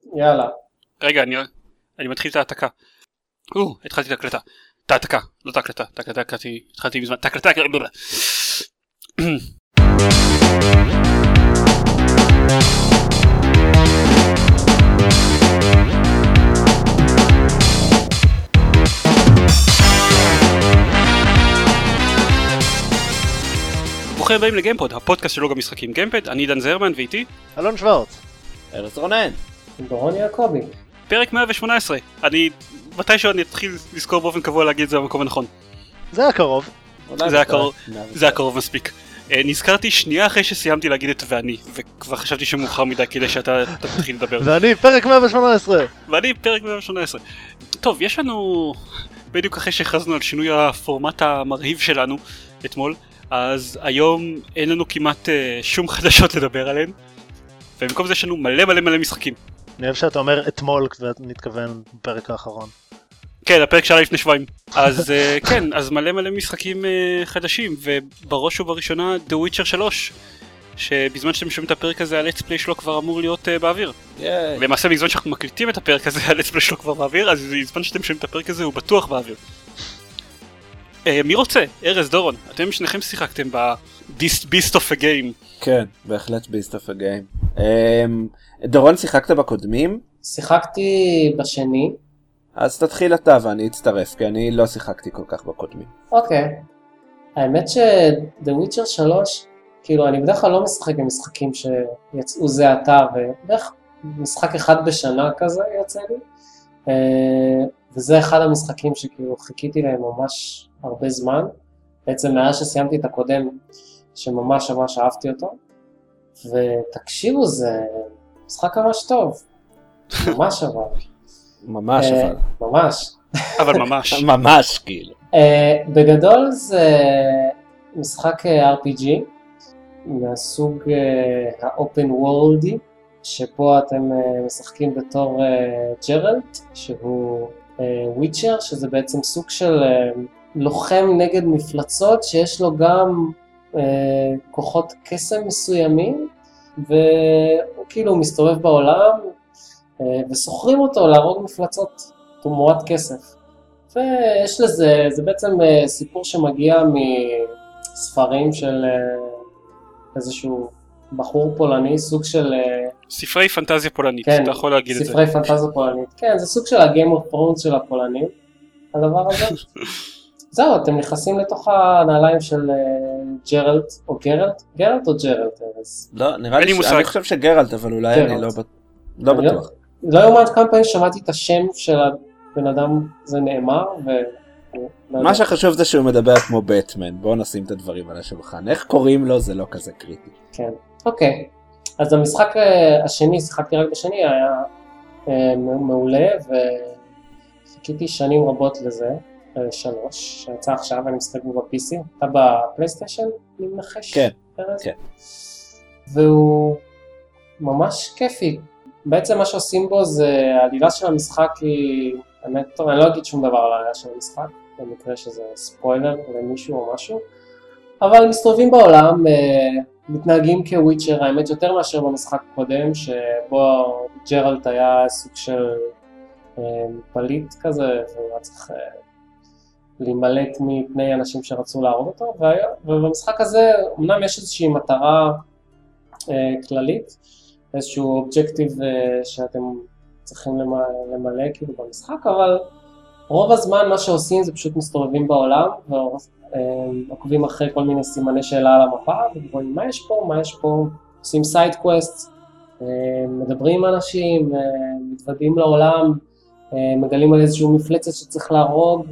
יאללה. רגע, אני מתחיל את ההעתקה. התחלתי את ההקלטה. את ההעתקה, לא את ההקלטה. את ההקלטה התחלתי מזמן. את ההקלטה... ברוכים הבאים לגיימפוד, הפודקאסט של לוגו משחקים גיימפד. אני דן זרמן ואיתי אלון שוורץ, ארז רונן, דורון יעקבי. פרק 118. מתישהו אני אתחיל לזכור באופן קבוע להגיד את זה במקום הנכון. זה היה קרוב. זה היה קרוב מספיק. נזכרתי שנייה אחרי שסיימתי להגיד את ואני, וכבר חשבתי שמאוחר מדי כדי שאתה תתחיל לדבר. ואני פרק 118. ואני פרק 118. טוב, יש לנו, בדיוק אחרי שהכרזנו על שינוי הפורמט המרהיב שלנו אתמול, אז היום אין לנו כמעט שום חדשות לדבר עליהן, ובמקום זה יש לנו מלא משחקים. אני אוהב שאתה אומר אתמול ואתה מתכוון בפרק האחרון. כן, הפרק שלה לפני שבועיים. אז כן, אז מלא משחקים חדשים, ובראש ובראשונה The Witcher 3, שבזמן שאתם שומעים את הפרק הזה, ה-Let's Play שלו כבר אמור להיות באוויר. למעשה, בזמן שאנחנו מקליטים את הפרק הזה, ה-Let's Play שלו כבר באוויר, אז בזמן שאתם שומעים את הפרק הזה, הוא בטוח באוויר. מי רוצה? ארז, דורון, אתם שניכם שיחקתם ב-Beast of a Game. כן, בהחלט Beast of a Game. דורון, שיחקת בקודמים? שיחקתי בשני. אז תתחיל אתה ואני אצטרף, כי אני לא שיחקתי כל כך בקודמים. אוקיי. האמת ש-The Witcher 3, כאילו אני בדרך כלל לא משחק במשחקים שיצאו זה עתה, ובדרך משחק אחד בשנה כזה יוצא לי. וזה אחד המשחקים שכאילו חיכיתי להם ממש הרבה זמן. בעצם מאז שסיימתי את הקודם, שממש אהבתי אותו. ותקשיבו, זה משחק ממש טוב. ממש אבל. אבל ממש. ממש כאילו. בגדול זה משחק RPG מהסוג ה-open world, שפה אתם משחקים בתור ג'רלט, שהוא וויצ'ר, שזה בעצם סוג של לוחם נגד מפלצות, שיש לו גם כוחות קסם מסוימים, והוא כאילו מסתובב בעולם, וסוחרים אותו להרוג מפלצות תמורת כסף. ויש לזה, זה בעצם סיפור שמגיע מספרים של איזשהו בחור פולני, סוג של... ספרי פנטזיה פולנית, כן, אתה יכול להגיד את זה. ספרי פנטזיה פולנית, כן, זה סוג של ה-Game of Thrones של הפולנים, הדבר הזה. זהו, אתם נכנסים לתוך הנעליים של ג'רלט, או גרלט? גרלט או ג'רלט, ארז? לא, נראה לי אני חושב שגרלט, אבל אולי אני לא בטוח. לא יומן כמה פעמים שמעתי את השם של הבן אדם, זה נאמר, מה שחשוב זה שהוא מדבר כמו בטמן, בואו נשים את הדברים על השולחן. איך קוראים לו זה לא כזה קריטי. כן, אוקיי. אז המשחק השני, שיחקתי רק בשני, היה מעולה, וחיכיתי שנים רבות לזה, 3, שיצא עכשיו, אני משחק בו ב-PC, אתה בפלייסטיישן, אני מנחש? כן, פרס? כן. והוא ממש כיפי. בעצם מה שעושים בו זה, העלילה של המשחק היא, האמת, טוב, אני לא אגיד שום דבר על העלילה של המשחק, במקרה שזה ספוילר למישהו או משהו, אבל מסתובבים בעולם, מתנהגים כוויצ'ר, האמת יותר מאשר במשחק קודם, שבו ג'רלט היה סוג של פליט כזה, והוא היה צריך להימלט מפני אנשים שרצו להרוג אותו, ובמשחק הזה אמנם יש איזושהי מטרה כללית, איזשהו אובג'קטיב שאתם צריכים למלא כאילו במשחק, אבל רוב הזמן מה שעושים זה פשוט מסתובבים בעולם, ועוקבים אחרי כל מיני סימני שאלה על המפה, ורואים מה יש פה, עושים סייד קווסט, מדברים עם אנשים, מתוודעים לעולם, מגלים על איזשהו מפלצת שצריך להרוג,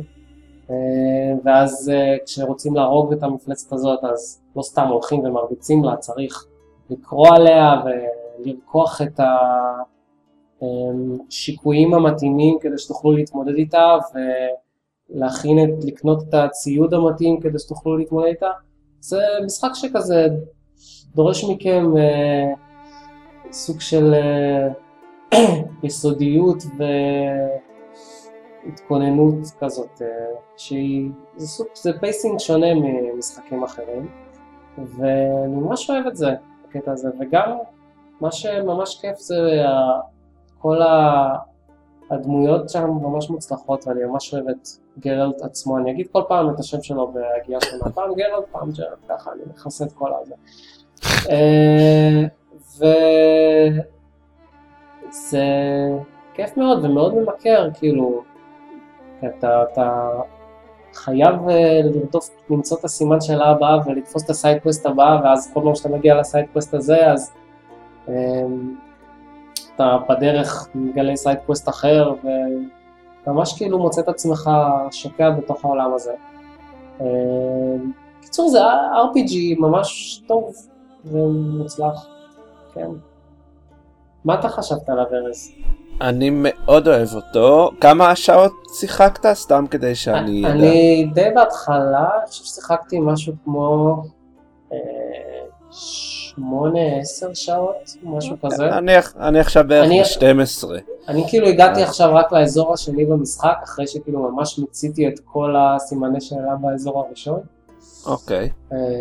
ואז כשרוצים להרוג את המפלצת הזאת, אז לא סתם הולכים ומרביצים לה, צריך לקרוא עליה ולרקוח את השיקויים המתאימים כדי שתוכלו להתמודד איתה, לקנות את הציוד המתאים כדי שתוכלו להתמודד איתה. זה משחק שכזה דורש מכם סוג של יסודיות והתכוננות כזאת, זה פייסינג שונה ממשחקים אחרים, ואני ממש אוהב את זה, הקטע הזה, וגם מה שממש כיף זה כל הדמויות שם ממש מוצלחות, ואני ממש אוהב את גרלט עצמו, אני אגיד כל פעם את השם שלו בהגיעה שונה, פעם גרלט, פעם ג'רלט, ככה אני מכסה את כל הזה. וזה כיף מאוד ומאוד ממכר, כאילו, אתה חייב לרדוף, למצוא את הסימן שאלה הבאה ולתפוס את הסיידקווסט הבאה, ואז כל פעם שאתה מגיע לסיידקווסט הזה, אז אתה בדרך מגלה סיידקווסט אחר, וממש כאילו מוצא את עצמך שוקע בתוך העולם הזה. קיצור, זה RPG ממש טוב ומוצלח, כן. מה אתה חשבת עליו, ארז? אני מאוד אוהב אותו. כמה שעות שיחקת? סתם כדי שאני אדע. אני די בהתחלה, אני חושב ששיחקתי משהו כמו 8-10 שעות, משהו כזה. אני עכשיו בערך ב-12. אני כאילו הגעתי עכשיו רק לאזור השני במשחק, אחרי שכאילו ממש מיציתי את כל הסימני שאלה באזור הראשון. אוקיי.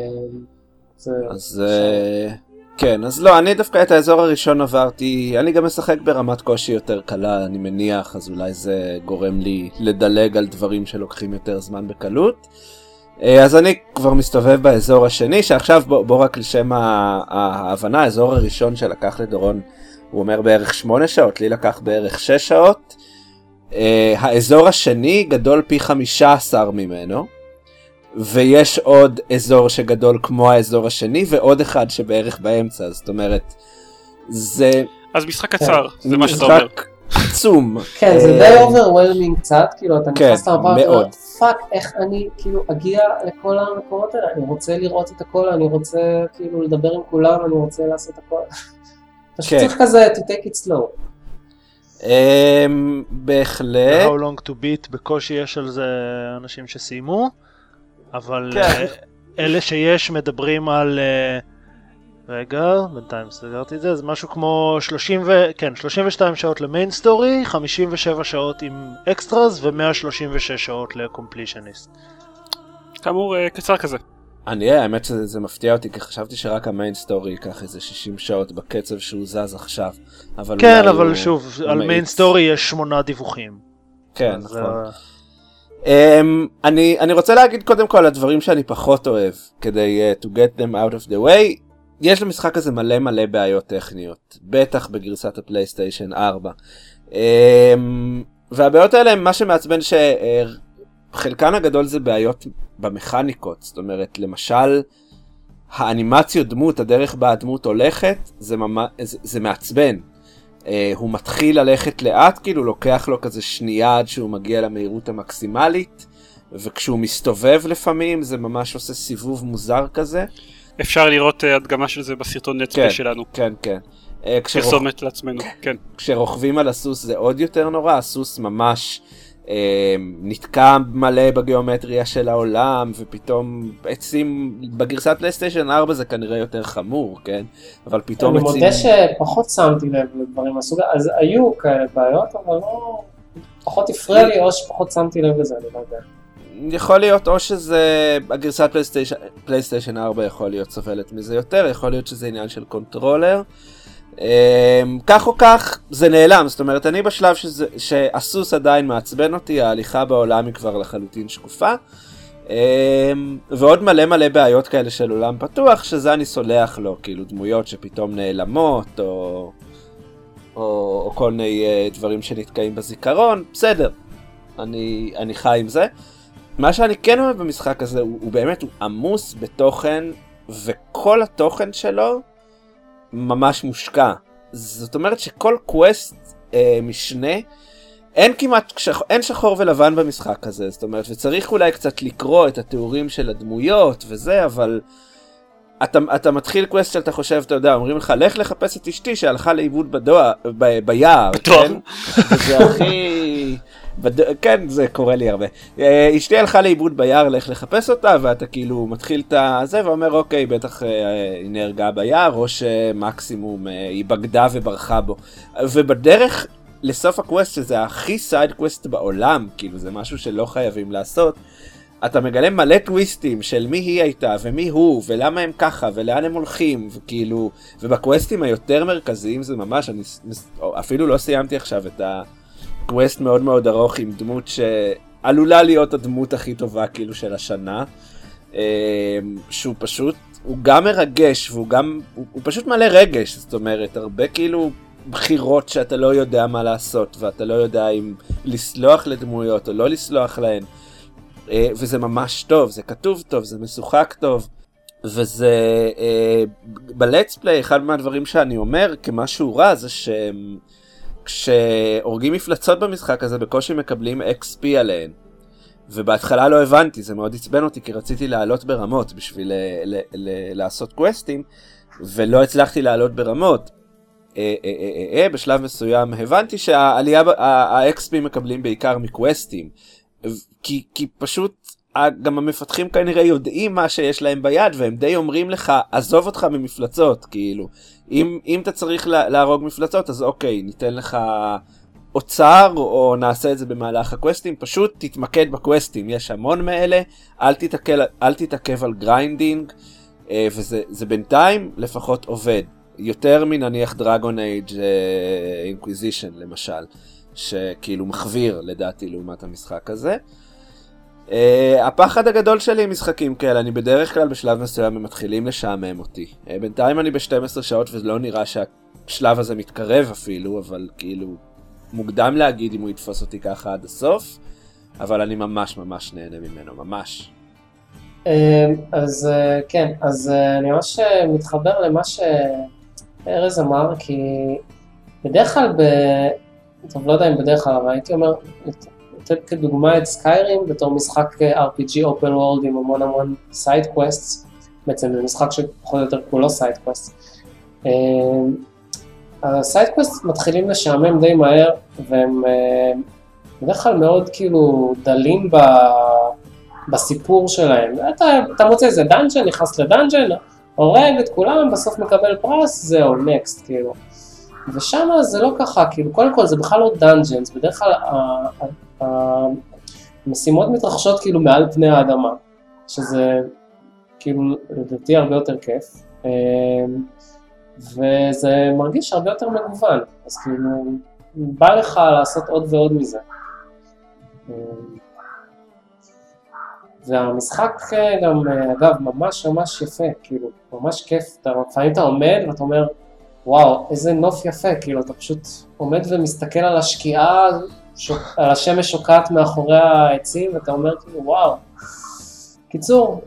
אז כן, אז לא, אני דווקא את האזור הראשון עברתי, אני גם משחק ברמת קושי יותר קלה, אני מניח, אז אולי זה גורם לי לדלג על דברים שלוקחים יותר זמן בקלות. אז אני כבר מסתובב באזור השני, שעכשיו בוא רק לשם ההבנה, האזור הראשון שלקח לדורון, הוא אומר בערך 8 שעות, לי לקח בערך 6 שעות. האזור השני גדול פי 15 ממנו. ויש עוד אזור שגדול כמו האזור השני, ועוד אחד שבערך באמצע, זאת אומרת, זה... אז משחק קצר, זה מה שאתה אומר. משחק עצום. כן, זה די אוברוולמינג קצת, כאילו, אתה נכנס למפה, מאוד. פאק, איך אני כאילו אגיע לכל המקומות האלה, אני רוצה לראות את הכל, אני רוצה כאילו לדבר עם כולם, אני רוצה לעשות הכל. פשוט צריך כזה, to take it slow. בהחלט. How long to beat, בקושי יש על זה אנשים שסיימו. אבל אלה שיש מדברים על רגע, בינתיים סגרתי את זה, אז משהו כמו 32 שעות למיין סטורי, 57 שעות עם אקסטרס ו136 שעות לקומפלישניסט. כאמור, קצר כזה. האמת שזה מפתיע אותי, כי חשבתי שרק המיין סטורי ייקח איזה 60 שעות בקצב שהוא זז עכשיו. כן, אבל שוב, על מיין סטורי יש 8 דיווחים. כן, נכון. אני רוצה להגיד קודם כל הדברים שאני פחות אוהב, כדי to get them out of the way. יש למשחק הזה מלא בעיות טכניות, בטח בגרסת הפלייסטיישן 4. והבעיות האלה הם מה שמעצבן שחלקן הגדול זה בעיות במכניקות, זאת אומרת, למשל, האנימציות דמות, הדרך בה הדמות הולכת, זה מעצבן. הוא מתחיל ללכת לאט, כאילו לוקח לו כזה שנייה עד שהוא מגיע למהירות המקסימלית, וכשהוא מסתובב לפעמים זה ממש עושה סיבוב מוזר כזה. אפשר לראות הדגמה של זה בסרטון נטפליקס שלנו. כן. פרסומת לעצמנו, כן. כשרוכבים על הסוס זה עוד יותר נורא, הסוס ממש נתקע מלא בגיאומטריה של העולם, ופתאום עצים, בגרסת פלייסטיישן 4 זה כנראה יותר חמור, כן? אבל פתאום אני מודה שפחות שמתי לב לדברים מהסוג, אז היו כאלה בעיות, אבל לא, פחות הפריע לי, או שפחות שמתי לב לזה, אני לא יודע. יכול להיות או שזה, הגרסת פלייסטיישן 4 יכול להיות סובלת מזה יותר, יכול להיות שזה עניין של קונטרולר. כך או כך זה נעלם, זאת אומרת אני בשלב שהסוס עדיין מעצבן אותי, ההליכה בעולם היא כבר לחלוטין שקופה, ועוד מלא בעיות כאלה של עולם פתוח, שזה אני סולח לו, כאילו דמויות שפתאום נעלמות או כל מיני דברים שנתקעים בזיכרון, בסדר, אני חי עם זה. מה שאני כן אוהב במשחק הזה הוא באמת, הוא עמוס בתוכן, וכל התוכן שלו ממש מושקע. זאת אומרת שכל קווסט משנה, אין שחור ולבן במשחק הזה, זאת אומרת, וצריך אולי קצת לקרוא את התיאורים של הדמויות וזה, אבל אתה מתחיל קווסט שאתה חושב, אתה יודע, אומרים לך, לך לחפש את אשתי שהלכה לאיבוד ביער, כן? וזה הכי... כן, זה קורה לי הרבה. אשתי הלכה לאיבוד ביער, לך לחפש אותה, ואתה כאילו מתחיל את זה ואומר, אוקיי, בטח היא נהרגה ביער, או שמקסימום היא בגדה וברחה בו. ובדרך לסוף הקווסט, שזה הכי סייד קווסט בעולם, כאילו זה משהו שלא חייבים לעשות, אתה מגלה מלא טוויסטים של מי היא הייתה ומי הוא ולמה הם ככה ולאן הם הולכים וכאילו, ובקווסטים היותר מרכזיים זה ממש, אני אפילו לא סיימתי עכשיו את הקווסט מאוד מאוד ארוך עם דמות שעלולה להיות הדמות הכי טובה כאילו של השנה, שהוא פשוט, הוא גם מרגש והוא גם, הוא פשוט מלא רגש, זאת אומרת, הרבה כאילו בחירות שאתה לא יודע מה לעשות ואתה לא יודע אם לסלוח לדמויות או לא לסלוח להן. וזה ממש טוב, זה כתוב טוב, זה משוחק טוב, וזה בלטס פליי, אחד מהדברים שאני אומר כמשהו רע זה כשהורגים מפלצות במשחק הזה בקושי מקבלים XP עליהן, ובהתחלה לא הבנתי, זה מאוד עצבן אותי כי רציתי לעלות ברמות בשביל לעשות קווסטים ולא הצלחתי לעלות ברמות. בשלב מסוים הבנתי שהעלייה, ה-XP מקבלים בעיקר מקווסטים, כי פשוט גם המפתחים כנראה יודעים מה שיש להם ביד והם די אומרים לך עזוב אותך ממפלצות, כאילו אם אתה צריך להרוג מפלצות אז אוקיי, ניתן לך אוצר או נעשה את זה במהלך הקווסטים, פשוט תתמקד בקווסטים, יש המון מאלה, אל תתעכב על גריינדינג, וזה בינתיים לפחות עובד יותר מנניח דרגון אייג' אינקוויזישן למשל, שכאילו מחוויר לדעתי לעומת המשחק הזה. הפחד הגדול שלי עם משחקים כאלה, אני בדרך כלל בשלב מסוים הם מתחילים לשעמם אותי. בינתיים אני ב-12 שעות ולא נראה שהשלב הזה מתקרב אפילו, אבל כאילו מוקדם להגיד אם הוא יתפוס אותי ככה עד הסוף, אבל אני ממש ממש נהנה ממנו, ממש. אז כן, אז אני ממש מתחבר למה שארז אמר, כי בדרך כלל טוב, לא יודע אם בדרך כלל, אבל הייתי אומר, לתת כדוגמה את סקיירים בתור משחק RPG Open World עם המון סייד קווסטס, בעצם זה משחק שפחות או יותר כולו סייד קווסט. הסייד קווסט מתחילים לשעמם די מהר, והם בדרך כלל מאוד כאילו דלים בסיפור שלהם. אתה מוצא איזה דאנג'ן, נכנס לדאנג'ן, הורג את כולם, בסוף מקבל פרס, זהו, נקסט, כאילו. ושם זה לא ככה, כאילו, קודם כל זה בכלל לא דאנג'נס, בדרך כלל המשימות מתרחשות כאילו מעל פני האדמה, שזה כאילו לדעתי הרבה יותר כיף, וזה מרגיש הרבה יותר מגוון, אז כאילו בא לך לעשות עוד ועוד מזה. והמשחק גם, אגב, ממש ממש יפה, כאילו, ממש כיף, לפעמים אתה עומד ואתה אומר, וואו, איזה נוף יפה, כאילו, אתה פשוט עומד ומסתכל על השקיעה, על השמש שוקעת מאחורי העצים, ואתה אומר כאילו, וואו. קיצור,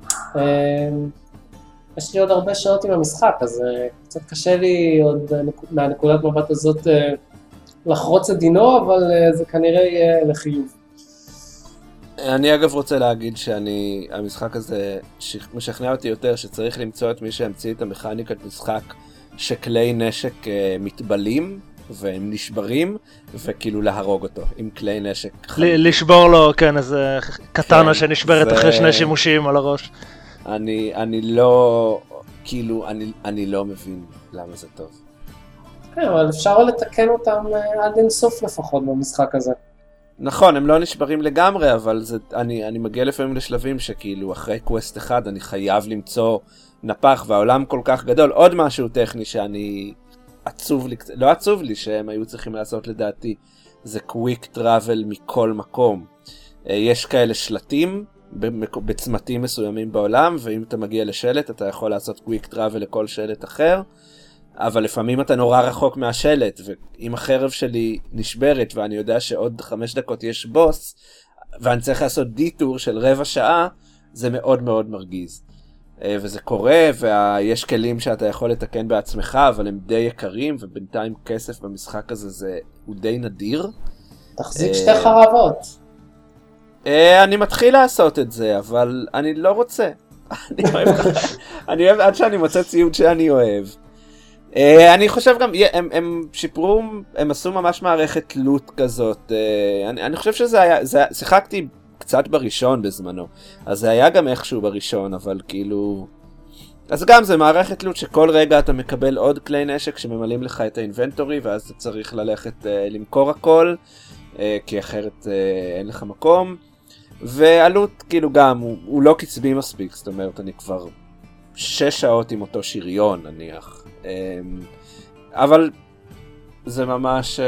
יש לי עוד הרבה שעות עם המשחק, אז קצת קשה לי עוד מהנקודת מבט הזאת לחרוץ את דינו, אבל זה כנראה יהיה לחיוב. אני אגב רוצה להגיד שהמשחק הזה משכנע אותי יותר, שצריך למצוא את מי שהמציא את המכניקת משחק, שכלי נשק מתבלים והם נשברים, וכאילו להרוג אותו עם כלי נשק. לשבור לו, כן, איזה קטנה שנשברת אחרי שני שימושים על הראש. אני לא, כאילו, אני לא מבין למה זה טוב. כן, אבל אפשר לתקן אותם עד אינסוף לפחות במשחק הזה. נכון, הם לא נשברים לגמרי, אבל אני מגיע לפעמים לשלבים שכאילו אחרי קווסט אחד אני חייב למצוא נפח, והעולם כל כך גדול. עוד משהו טכני שאני עצוב לי, לא עצוב לי שהם היו צריכים לעשות לדעתי, זה קוויק טראבל מכל מקום. יש כאלה שלטים בצמתים מסוימים בעולם, ואם אתה מגיע לשלט אתה יכול לעשות קוויק טראבל לכל שלט אחר, אבל לפעמים אתה נורא רחוק מהשלט, ואם החרב שלי נשברת ואני יודע שעוד 5 דקות יש בוס, ואני צריך לעשות דיטור של רבע שעה, זה מאוד מאוד מרגיז. וזה קורה, ויש כלים שאתה יכול לתקן בעצמך, אבל הם די יקרים, ובינתיים כסף במשחק הזה הוא די נדיר. תחזיק 2 חרבות. אני מתחיל לעשות את זה, אבל אני לא רוצה. אני אוהב עד שאני מוצא ציוד שאני אוהב. אני חושב גם, הם שיפרו, הם עשו ממש מערכת לוט כזאת. אני חושב שזה היה, שיחקתי קצת בראשון בזמנו, אז זה היה גם איכשהו בראשון, אבל כאילו, אז גם זה מערכת לוט שכל רגע אתה מקבל עוד כלי נשק שממלאים לך את האינבנטורי, ואז אתה צריך ללכת למכור הכל, כי אחרת אין לך מקום, ועלות כאילו גם, הוא לא קצבי מספיק, זאת אומרת אני כבר 6 שעות עם אותו שריון נניח, אבל זה ממש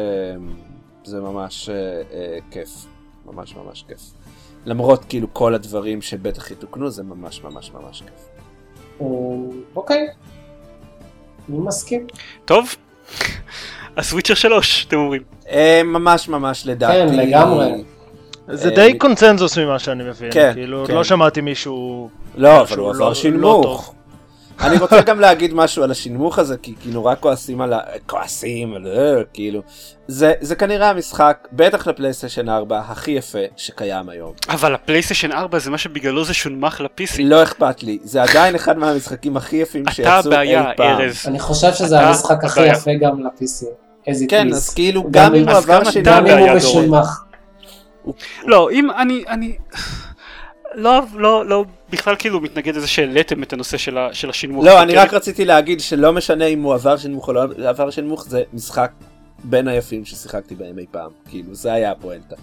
כיף, ממש כיף. למרות כאילו כל הדברים שבטח יתוקנו, זה ממש כיף. אוקיי, אני מסכים. טוב, הסוויצ'ר 3 אתם אומרים. ממש לדעתי. כן, לגמרי. זה די קונצנזוס ממה שאני מבין, כן, כאילו כן. לא שמעתי מישהו... לא, אבל הוא עבר לא שינמוך. טוב. אני רוצה גם להגיד משהו על השינמוך הזה, כי נורא כועסים כאילו. זה כנראה המשחק, בטח לפלייסטיישן 4, הכי יפה שקיים היום. אבל הפלייסטיישן 4 זה מה שבגללו זה שונמך ל-PC. לא אכפת לי, זה עדיין אחד מהמשחקים הכי יפים שיצאו אתה אי הבעיה, פעם. ארז. אני חושב שזה המשחק הכי הבעיה. יפה גם ל-PC. כן, אז כאילו גם אם הוא עבר גם שינמוך. אתה גם אם הוא הבעיה, משונמך. לא, אם אני לא בכלל כאילו מתנגד לזה שהעליתם את הנושא של השינמוך. לא, אני רק רציתי להגיד שלא משנה אם הוא עבר שינמוך או לא עבר שינמוך, זה משחק בין היפים ששיחקתי בהם אי פעם, כאילו זה היה הפואנטה.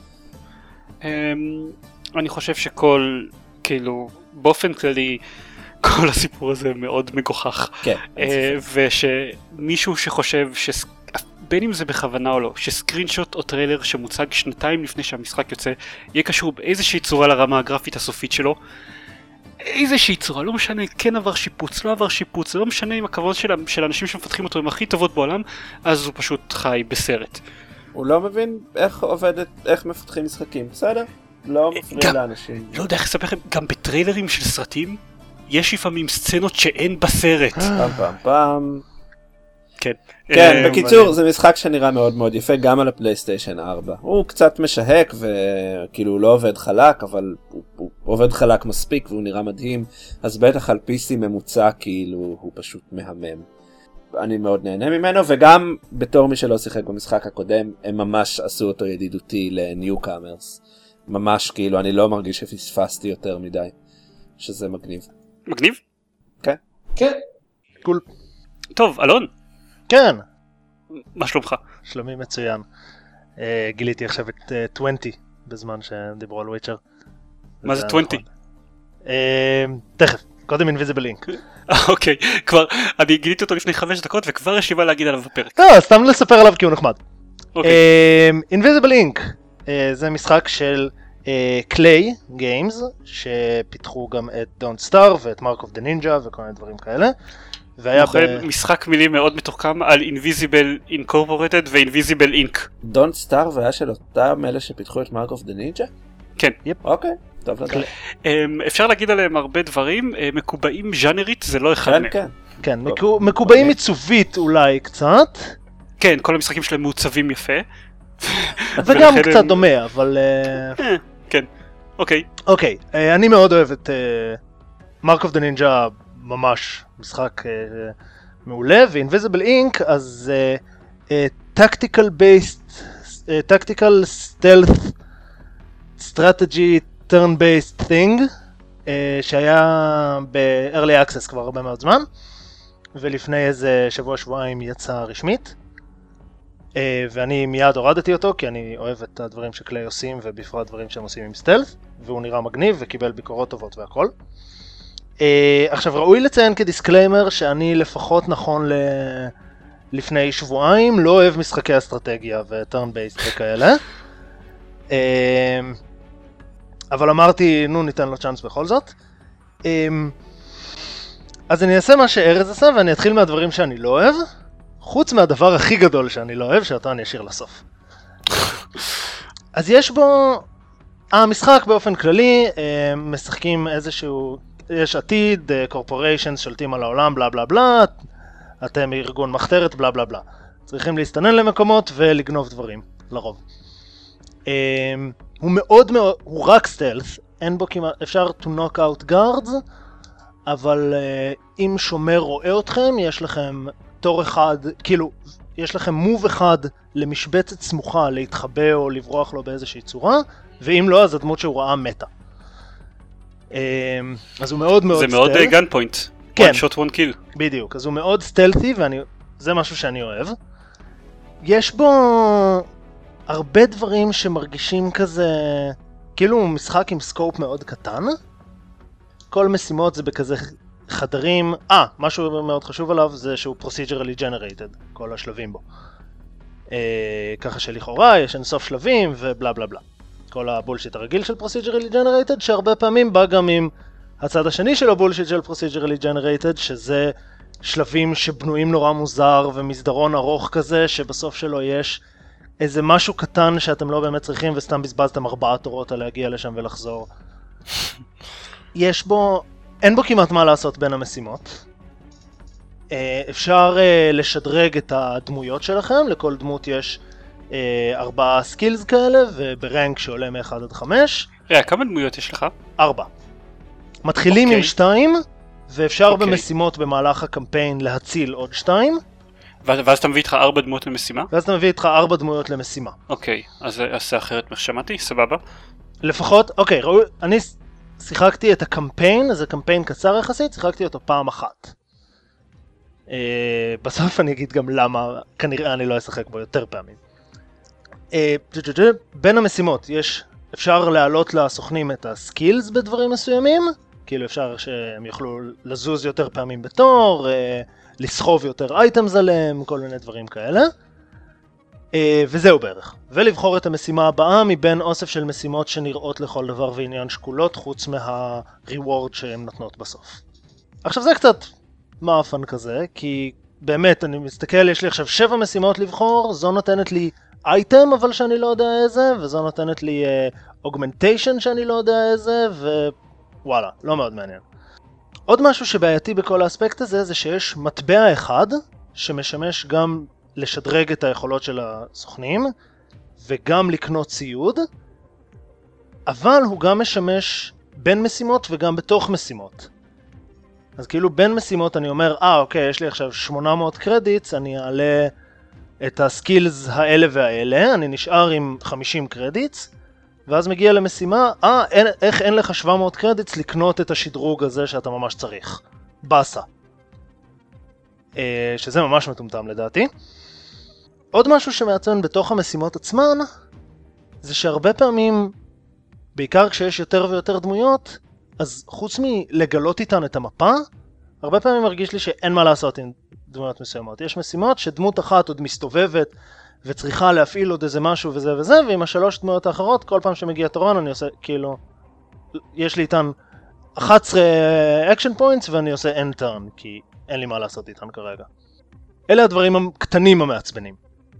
אני חושב שכל, כאילו, באופן כללי, כל הסיפור הזה מאוד מגוחך. כן. ושמישהו שחושב בין אם זה בכוונה או לא, שסקרינשוט או טריילר שמוצג 2 לפני שהמשחק יוצא, יהיה קשור באיזושהי צורה לרמה הגרפית הסופית שלו, איזושהי צורה, לא משנה, כן עבר שיפוץ, לא עבר שיפוץ, לא משנה אם הכבוד של האנשים שמפתחים אותו הם הכי טובות בעולם, אז הוא פשוט חי בסרט. הוא לא מבין איך מפתחים משחקים, בסדר? לא מפריע לאנשים. לא יודע איך לספר לכם, גם בטריילרים של סרטים, יש לפעמים סצנות שאין בסרט. פעם. כן. כן, בקיצור, זה משחק שנראה מאוד מאוד יפה, גם על הפלייסטיישן 4. הוא קצת משהק, וכאילו הוא לא עובד חלק, אבל הוא עובד חלק מספיק, והוא נראה מדהים, אז בטח על PC ממוצע, כאילו, הוא פשוט מהמם. אני מאוד נהנה ממנו, וגם בתור מי שלא שיחק במשחק הקודם, הם ממש עשו אותו ידידותי לניו-קאמרס. ממש, כאילו, אני לא מרגיש שפספסתי יותר מדי, שזה מגניב. מגניב? כן. כן. קול. טוב, אלון. כן. מה שלומך? שלומי מצוין. גיליתי עכשיו את 20 בזמן שהם דיברו על וויצ'ר. מה זה 20? תכף, קודם Invisible Ink. אוקיי, כבר, אני גיליתי אותו לפני 5 דקות וכבר יש לי מה להגיד עליו בפרק. לא, סתם לספר עליו כי הוא נחמד. אוקיי. Invisible Ink זה משחק של Clay Games שפיתחו גם את Don't Starve ואת Mark of the Ninja וכל מיני דברים כאלה. והיה משחק מילים מאוד מתוחכם על Invisible Incorporated ו-Invisible Inc. Don't Starve היה של אותם אלה שפיתחו את Mark of the Ninja? כן. אוקיי, טוב לדעת. אפשר להגיד עליהם הרבה דברים, מקובעים ז'אנרית זה לא אחד מהם. כן, כן, מקובעים עיצובית אולי קצת. כן, כל המשחקים שלהם מעוצבים יפה. וגם קצת דומה, אבל... כן, אוקיי. אוקיי, אני מאוד אוהב את Mark of the Ninja, ממש משחק מעולה, ו-Invisible Ink, אז tactical stealth strategy turn-based thing, שהיה ב-early access כבר הרבה מאוד זמן, ולפני איזה שבוע-שבועיים יצא רשמית, ואני מיד הורדתי אותו, כי אני אוהב את הדברים שקליי עושים, ובפרט דברים שהם עושים עם סטלף, והוא נראה מגניב וקיבל ביקורות טובות והכל. עכשיו ראוי לציין כדיסקליימר שאני לפחות נכון לפני שבועיים לא אוהב משחקי אסטרטגיה וטרן בייסט וכאלה, אבל אמרתי נו ניתן לו צ'אנס בכל זאת. אז אני אעשה מה שארז עשה ואני אתחיל מהדברים שאני לא אוהב, חוץ מהדבר הכי גדול שאני לא אוהב שאותו אני אשאיר לסוף. אז יש בו המשחק באופן כללי, משחקים איזשהו, יש עתיד, קורפוריישנס שולטים על העולם, בלה בלה בלה, אתם ארגון מחתרת, בלה בלה בלה. צריכים להסתנן למקומות ולגנוב דברים, לרוב. הוא מאוד מאוד, הוא רק סטלס, אין בו כמעט, אפשר to knock out guards, אבל אם שומר רואה אתכם, יש לכם תור אחד, כאילו, יש לכם מוב אחד למשבצת סמוכה להתחבא או לברוח לו באיזושהי צורה, ואם לא, אז הדמות שהוא ראה מתה. אז הוא מאוד מאוד זה מאוד גן פוינט. כן. one shot one kill. בדיוק, אז הוא מאוד סטלתי, וזה משהו שאני אוהב. יש בו הרבה דברים שמרגישים כזה כאילו הוא משחק עם סקופ מאוד קטן, כל משימות זה בכזה חדרים, משהו מאוד חשוב עליו זה שהוא procedurally generated, כל השלבים בו. ככה שלכאורה יש אינסוף שלבים ובלה בלה בלה. כל הבולשיט הרגיל של procedurally generated, שהרבה פעמים בא גם עם הצד השני של הבולשיט של procedurally generated, שזה שלבים שבנויים נורא מוזר ומסדרון ארוך כזה, שבסוף שלו יש איזה משהו קטן שאתם לא באמת צריכים וסתם בזבזתם 4 תורות על להגיע לשם ולחזור. אין בו כמעט מה לעשות בין המשימות. אפשר לשדרג את הדמויות שלכם, לכל דמות יש 4 סקילס כאלה, וברנק שעולה מ-1 עד 5. כמה דמויות יש לך? 4. מתחילים עם 2, ואפשר במשימות במהלך הקמפיין להציל עוד 2. ואז אתה מביא איתך 4 דמויות למשימה? ואז אתה מביא איתך 4 דמויות למשימה. אוקיי, אז עשה אחרת מה ששמעתי, סבבה. לפחות, ראו, אני שיחקתי את הקמפיין, זה קמפיין קצר יחסית, שיחקתי אותו פעם אחת. בסוף אני אגיד גם למה, כנראה אני לא אשחק בו יותר פעמים. בין המשימות אפשר להעלות לסוכנים את הסקילס בדברים מסוימים, כאילו אפשר שהם יוכלו לזוז יותר פעמים בתור, לסחוב יותר אייטמס עליהם, כל מיני דברים כאלה. וזהו בערך. ולבחור את המשימה הבאה מבין אוסף של משימות שנראות לכל דבר ועניין שקולות, חוץ מה-reward שהן נותנות בסוף. עכשיו זה קצת מאפן כזה, כי באמת אני מסתכל, יש לי עכשיו 7 משימות לבחור, זו נותנת לי אייטם אבל שאני לא יודע איזה, וזו נותנת לי augmentation שאני לא יודע איזה, ווואלה, לא מאוד מעניין. עוד משהו שבעייתי בכל האספקט הזה, זה שיש מטבע אחד שמשמש גם לשדרג את היכולות של הסוכנים, וגם לקנות ציוד, אבל הוא גם משמש בין משימות וגם בתוך משימות. אז כאילו בין משימות אני אומר, אוקיי, יש לי עכשיו 800 קרדיטס, אני אעלה את הסקילס האלה והאלה, אני נשאר עם 50 קרדיטס, ואז מגיע למשימה, איך אין לך 700 קרדיטס לקנות את השדרוג הזה שאתה ממש צריך. בסה. שזה ממש מטומטם לדעתי. עוד משהו שמעצבן בתוך המשימות עצמן, זה שהרבה פעמים, בעיקר כשיש יותר ויותר דמויות, אז חוץ מלגלות איתן את המפה, הרבה פעמים מרגיש לי שאין מה לעשות עם דמויות מסוימות. יש משימות שדמות אחת עוד מסתובבת, וצריכה להפעיל עוד איזה משהו וזה וזה, ועם 3 דמויות האחרות, כל פעם שמגיע תורן אני עושה, כאילו, יש לי איתן 11 אקשן פוינטס, ואני עושה end turn, כי אין לי מה לעשות איתן כרגע. אלה הדברים הקטנים המעצבנים.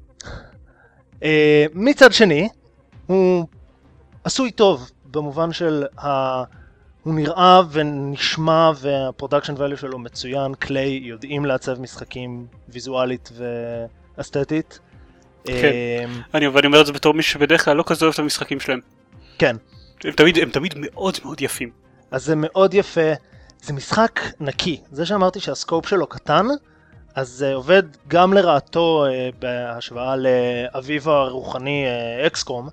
מצד שני, הוא עשוי טוב, במובן של הוא נראה ונשמע, והפרודקשן ואליו שלו מצוין, קליי יודעים לעצב משחקים ויזואלית ואסתטית. כן, אני אומר את זה בתור מי שבדרך כלל לא כזה אוהב את המשחקים שלהם. כן. הם תמיד מאוד מאוד יפים. אז זה מאוד יפה, זה משחק נקי. זה שאמרתי שהסקופ שלו קטן, אז זה עובד גם לרעתו בהשוואה לאביו הרוחני אקסקום,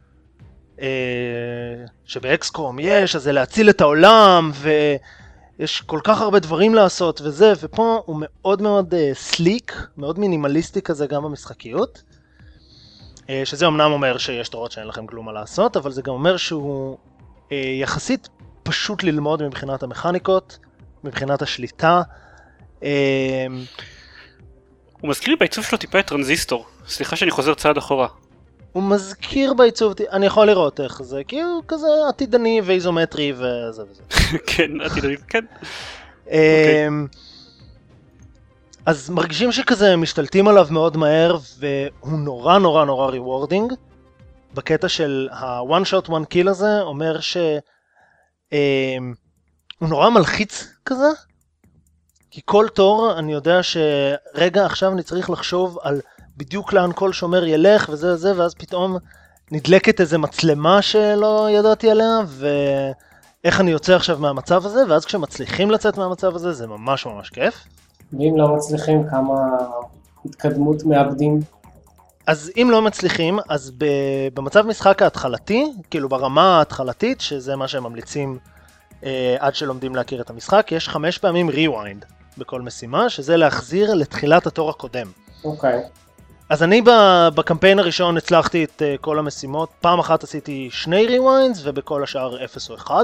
שבאקסקום יש, אז זה להציל את העולם, ויש כל כך הרבה דברים לעשות וזה, ופה הוא מאוד מאוד סליק, מאוד מינימליסטי כזה גם במשחקיות, שזה אמנם אומר שיש תורות שאין לכם כלום מה לעשות, אבל זה גם אומר שהוא יחסית פשוט ללמוד מבחינת המכניקות, מבחינת השליטה. הוא מזכיר לי בעיצוב שלו טיפה את טרנזיסטור, סליחה שאני חוזר צעד אחורה. הוא מזכיר בעיצוב, אני יכול לראות איך זה, כי הוא כזה עתידני ואיזומטרי וזה וזה. כן, עתידני, כן. אז מרגישים שכזה משתלטים עליו מאוד מהר, והוא נורא נורא נורא ריוורדינג. בקטע של ה-one shot one kill הזה, אומר שהוא נורא מלחיץ כזה. כי כל תור אני יודע שרגע עכשיו אני צריך לחשוב על בדיוק לאן כל שומר ילך וזה וזה, ואז פתאום נדלקת איזה מצלמה שלא ידעתי עליה, ואיך אני יוצא עכשיו מהמצב הזה, ואז כשמצליחים לצאת מהמצב הזה זה ממש ממש כיף. ואם לא מצליחים, כמה התקדמות מאבדים? אז אם לא מצליחים, אז במצב משחק ההתחלתי, כאילו ברמה ההתחלתית, שזה מה שהם ממליצים עד שלומדים להכיר את המשחק, יש 5 פעמים rewind בכל משימה, שזה להחזיר לתחילת התור הקודם. אוקיי. אז אני בקמפיין הראשון הצלחתי את כל המשימות, פעם אחת עשיתי 2 ריוויינדס ובכל השאר 0 או 1.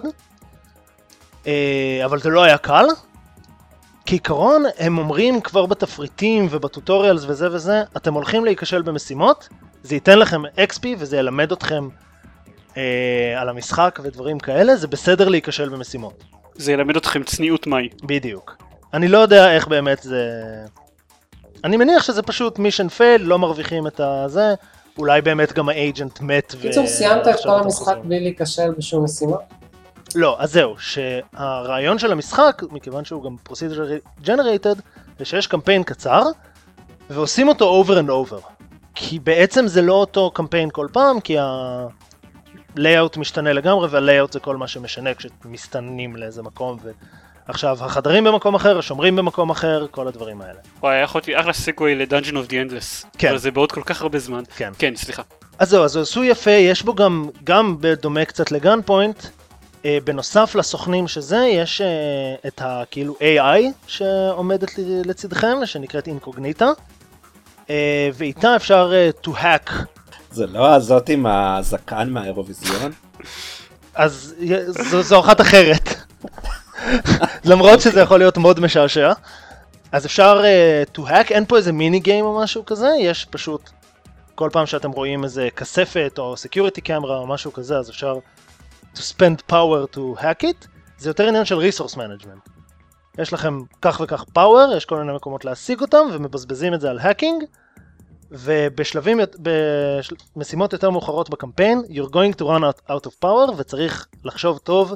אבל זה לא היה קל. כעיקרון הם אומרים כבר בתפריטים ובטוטוריאלס וזה, אתם הולכים להיכשל במשימות, זה ייתן לכם XP וזה ילמד אתכם על המשחק ודברים כאלה, זה בסדר להיכשל במשימות. זה ילמד אתכם צניעות מהי. בדיוק. אני לא יודע איך באמת זה... אני מניח שזה פשוט מישן פייל, לא מרוויחים את הזה, אולי באמת גם האג'נט מת קיצור, סיימת את כל המשחק בלי להיכשל בשום משימה? לא, אז זהו, שהרעיון של המשחק, מכיוון שהוא גם procedure generated, זה שיש קמפיין קצר, ועושים אותו over and over. כי בעצם זה לא אותו קמפיין כל פעם, כי ה-layout משתנה לגמרי, וה-layout זה כל מה שמשנה כשמסתננים לאיזה מקום, עכשיו, החדרים במקום אחר, השומרים במקום אחר, כל הדברים האלה. וואי, יכולתי אחלה סגווי ל-Dungeon of the Endless. כן. אבל זה בעוד כל כך הרבה זמן. כן. כן, סליחה. אז זהו, אז עשו יפה, יש בו גם בדומה קצת לגן פוינט, בנוסף לסוכנים שזה, יש את כאילו AI שעומדת לצדכם, שנקראת אינקוגניטה, ואיתה אפשר to hack. זה לא הזאת עם הזקן מהאירוויזיון? אז זו אחת אחרת. למרות שזה יכול להיות מאוד משעשע. אז אפשר to hack, אין פה איזה מיני גיים או משהו כזה, יש פשוט כל פעם שאתם רואים איזה כספת או security camera או משהו כזה, אז אפשר to spend power to hack it. זה יותר עניין של resource management. יש לכם כך וכך power, יש כל מיני מקומות להשיג אותם ומבזבזים את זה על hacking, ובשלבים, במשימות יותר מאוחרות בקמפיין, you're going to run out of power, וצריך לחשוב טוב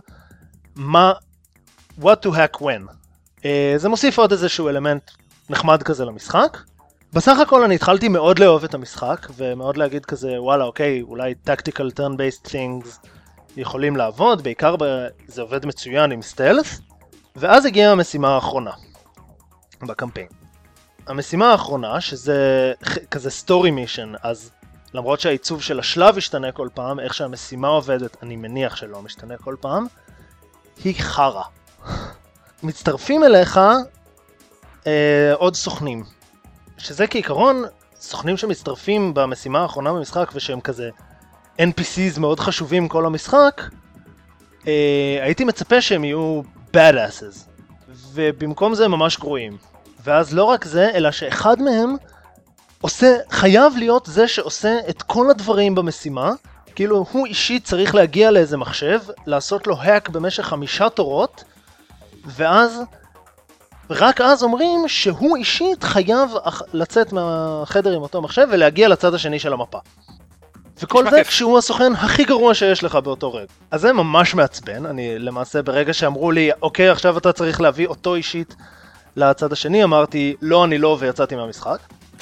what to hack when. זה מוסיף עוד איזשהו אלמנט נחמד כזה למשחק. בסך הכל אני התחלתי מאוד לאהוב את המשחק, ומאוד להגיד כזה, וואלה, אוקיי, אולי tactical turn-based things יכולים לעבוד, בעיקר זה עובד מצוין עם סטלס, ואז הגיעה המשימה האחרונה בקמפיין. המשימה האחרונה, שזה כזה סטורי מישן, אז למרות שהעיצוב של השלב השתנה כל פעם, איך שהמשימה עובדת, אני מניח שלא משתנה כל פעם, היא חרה. מצטרפים אליך עוד סוכנים, שזה כעיקרון סוכנים שמצטרפים במשימה האחרונה במשחק, ושהם כזה NPCs מאוד חשובים כל המשחק, הייתי מצפה שהם יהיו badasses, ובמקום זה הם ממש גרועים. ואז לא רק זה, אלא שאחד מהם חייב להיות זה שעושה את כל הדברים במשימה, כאילו הוא אישית צריך להגיע לאיזה מחשב, לעשות לו hack במשך 5 תורות, ואז, רק אז אומרים שהוא אישית חייב לצאת מהחדר עם אותו מחשב ולהגיע לצד השני של המפה. וכל זה כשהוא הסוכן הכי גרוע שיש לך באותו רגע. אז זה ממש מעצבן, אני למעשה ברגע שאמרו לי, אוקיי, עכשיו אתה צריך להביא אותו אישית לצד השני, אמרתי, לא, אני לא, ויצאתי מהמשחק.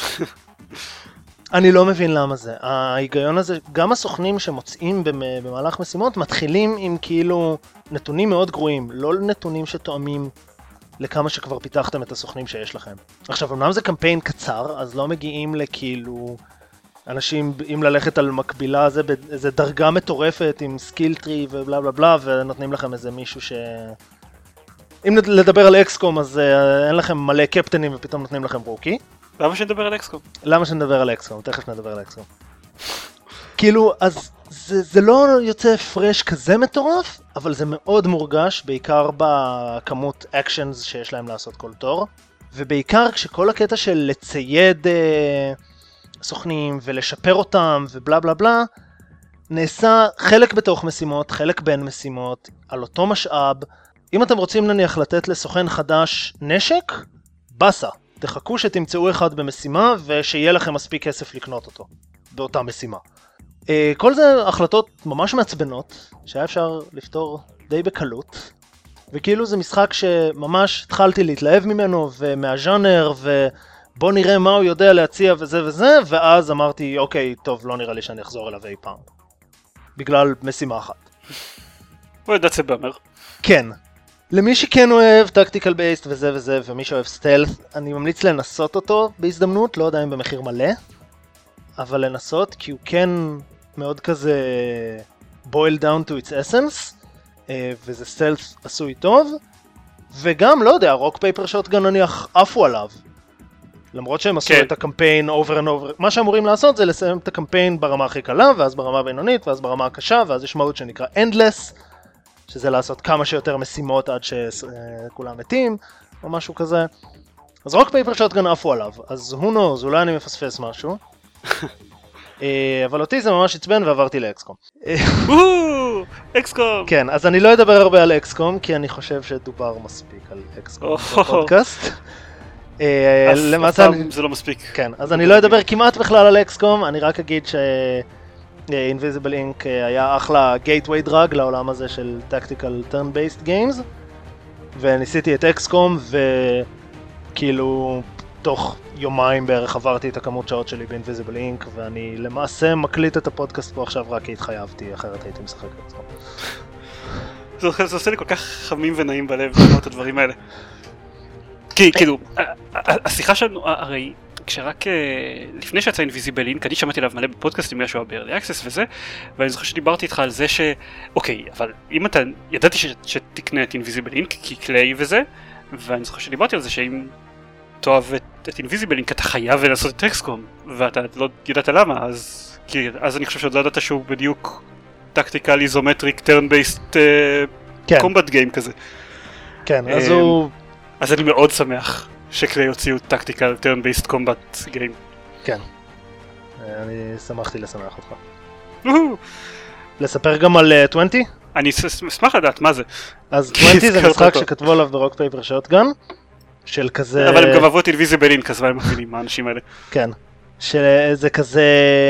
אני לא מבין למה זה. ההיגיון הזה, גם הסוכנים שמוצאים במהלך משימות, מתחילים עם כאילו נתונים מאוד גרועים, לא נתונים שתואמים לכמה שכבר פיתחתם את הסוכנים שיש לכם. עכשיו, אמנם זה קמפיין קצר, אז לא מגיעים לכאילו אנשים, אם ללכת על מקבילה, זה באיזה דרגה מטורפת עם סקיל טרי ובלה בלה בלה, ונותנים לכם איזה מישהו ש... אם לדבר על אקסקום, אז אין לכם מלא קפטנים ופתאום נותנים לכם רוקי. למה שנדבר על אקסקום? למה שנדבר על אקסקום? תכף נדבר על אקסקום. כאילו, אז זה לא יוצא פרש כזה מטורף, אבל זה מאוד מורגש, בעיקר בכמות אקשנס שיש להם לעשות כל תור, ובעיקר כשכל הקטע של לצייד סוכנים ולשפר אותם ובלה בלה בלה, נעשה חלק בתוך משימות, חלק בין משימות, על אותו משאב. אם אתם רוצים נניח לתת לסוכן חדש נשק, בסה, תחכו שתמצאו אחד במשימה ושיהיה לכם מספיק כסף לקנות אותו באותה משימה. כל זה החלטות ממש מעצבנות שהיה אפשר לפתור די בקלות, וכאילו זה משחק שממש התחלתי להתלהב ממנו ומהז'אנר, ובוא נראה מה הוא יודע להציע וזה וזה, ואז אמרתי אוקיי, טוב, לא נראה לי שאני אחזור אליו אי פעם בגלל משימה אחת. הוא ידע צבאמר. כן, למי שכן אוהב טקטיקל בייסט וזה וזה, ומי שאוהב סטלת, אני ממליץ לנסות אותו בהזדמנות, לא יודע אם במחיר מלא, אבל לנסות, כי הוא כן מאוד כזה boil down to its essence, וזה סטלת עשוי טוב, וגם, לא יודע, רוק פייפר שוטגן נניח עפו עליו. למרות שהם עשו את הקמפיין over and over, מה שאמורים לעשות זה לסיים את הקמפיין ברמה הכי קלה, ואז ברמה הבינונית, ואז ברמה הקשה, ואז יש מוד שנקרא endless, שזה לעשות כמה שיותר משימות עד שכולם מתים, או משהו כזה. אז רוק פייפר שוטגן עפו עליו, אז who knows, אולי אני מפספס משהו. אבל אותי זה ממש עצבן ועברתי לאקסקום. אקסקום! כן, אז אני לא אדבר הרבה על אקסקום, כי אני חושב שדובר מספיק על אקסקום בפודקאסט. אף פעם זה לא מספיק. כן, אז אני לא אדבר כמעט בכלל על אקסקום, אני רק אגיד ש-Invisible Ink היה אחלה gateway drug לעולם הזה של tactical turn-based games, וניסיתי את אקסקום, וכאילו תוך יומיים בערך עברתי את הכמות שעות שלי ב-Invisible Ink, ואני למעשה מקליט את הפודקאסט פה עכשיו רק כי התחייבתי, אחרת הייתי משחק אקסקום. זה עושה לי כל כך חמים ונעים בלב לראות את הדברים האלה. כי כאילו, השיחה שלנו, הרי כשרק לפני שיצא Invisible Ink, אני שמעתי עליו מלא בפודקאסטים משהו ב-Early Access וזה, ואני זוכר שדיברתי איתך על זה אוקיי, אבל אם אתה, ידעתי שתקנה את Invisible Ink כי קליי וזה, ואני זוכר שדיברתי על זה שאם תאהב את Invisible Ink אתה חייב לעשות את אקסקום, ואתה לא ידעת למה, אז אני חושב שעוד לא ידעת שהוא בדיוק טקטיקל איזומטריק טרן-בייסט קומבט גיים כזה. כן, אז הוא... אז אני מאוד שמח שקליי הוציאו טקטיקל טרן-בייסט קומבט גיים. כן, אני שמחתי לשמח אותך. לספר גם על 20? אני אשמח לדעת מה זה. אז 20 זה משחק שכתבו עליו ברוק פייפר שוטגן, של כזה... אבל הם גם אהבו את Invisible Ink, אז מה הם מבינים, מה האנשים האלה? כן, שזה כזה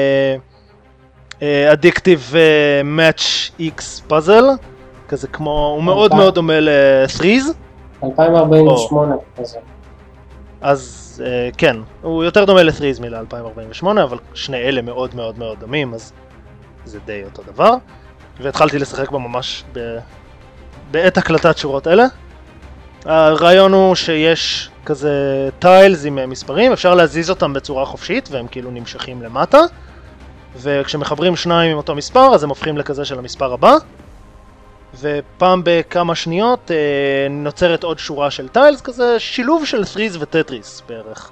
אדיקטיב מאץ' איקס פאזל, כזה כמו, הוא מאוד מאוד דומה ל-Threes. 2048 כזה. אז כן, הוא יותר דומה ל-Threes מ-2048, אבל שני אלה מאוד מאוד מאוד דומים, אז זה די אותו דבר. והתחלתי לשחק בו ממש בעת הקלטת שורות אלה. הרעיון הוא שיש כזה טיילס עם מספרים, אפשר להזיז אותם בצורה חופשית והם כאילו נמשכים למטה, וכשמחברים שניים עם אותו מספר אז הם הופכים לכזה של המספר הבא, ופעם בכמה שניות נוצרת עוד שורה של טיילס, כזה שילוב של Threes וטטריס בערך.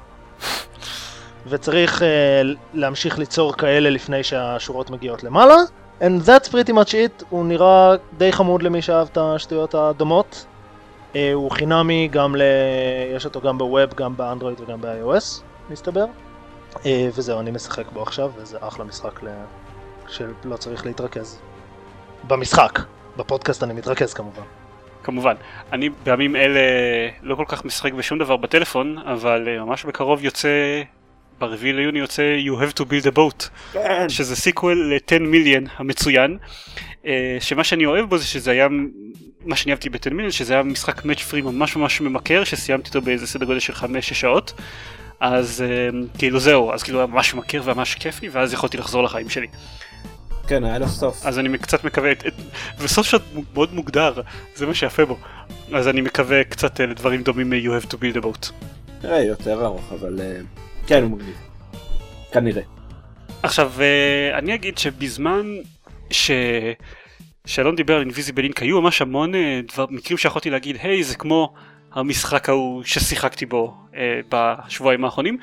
וצריך להמשיך ליצור כאלה לפני שהשורות מגיעות למעלה. And that's pretty much it. הוא נראה די חמוד למי שאהב את השטויות הדומות. הוא חינמי, יש אותו גם בווב, גם באנדרואיד וגם ב-iOS, מסתבר. וזהו, אני משחק בו עכשיו, וזה אחלה משחק שלא צריך להתרכז. במשחק, בפודקאסט אני מתרכז כמובן. כמובן. אני בימים אלה לא כל כך משחק בשום דבר בטלפון, אבל ממש בקרוב יוצא, ב4 ליוני יוצא You Have to Build a Boat, שזה סיקוול ל-10 מיליון המצוין, שמה שאני אוהב בו זה שזה היה, מה שאני אהבתי ב-10 מיליון, שזה היה משחק מאץ' פרי ממש ממש ממכר, שסיימתי אותו באיזה סדר גודל של 5-6 שעות, אז כאילו זהו, אז כאילו היה ממש ממכר וממש כיפי, ואז יכולתי לחזור לחיים שלי. כן, היה לו סוף. אז אני קצת מקווה, וסוף שעות מאוד מוגדר, זה מה שיפה בו. אז אני מקווה קצת לדברים דומים You Have to Build a Boat. נראה יותר ארוך, אבל כן, הוא מגניב. כנראה. עכשיו, אני אגיד שבזמן שאלון דיבר על Invisible Ink, היו ממש המון מקרים שיכולתי להגיד, היי, זה כמו המשחק ההוא ששיחקתי בו בשבועיים האחרונים,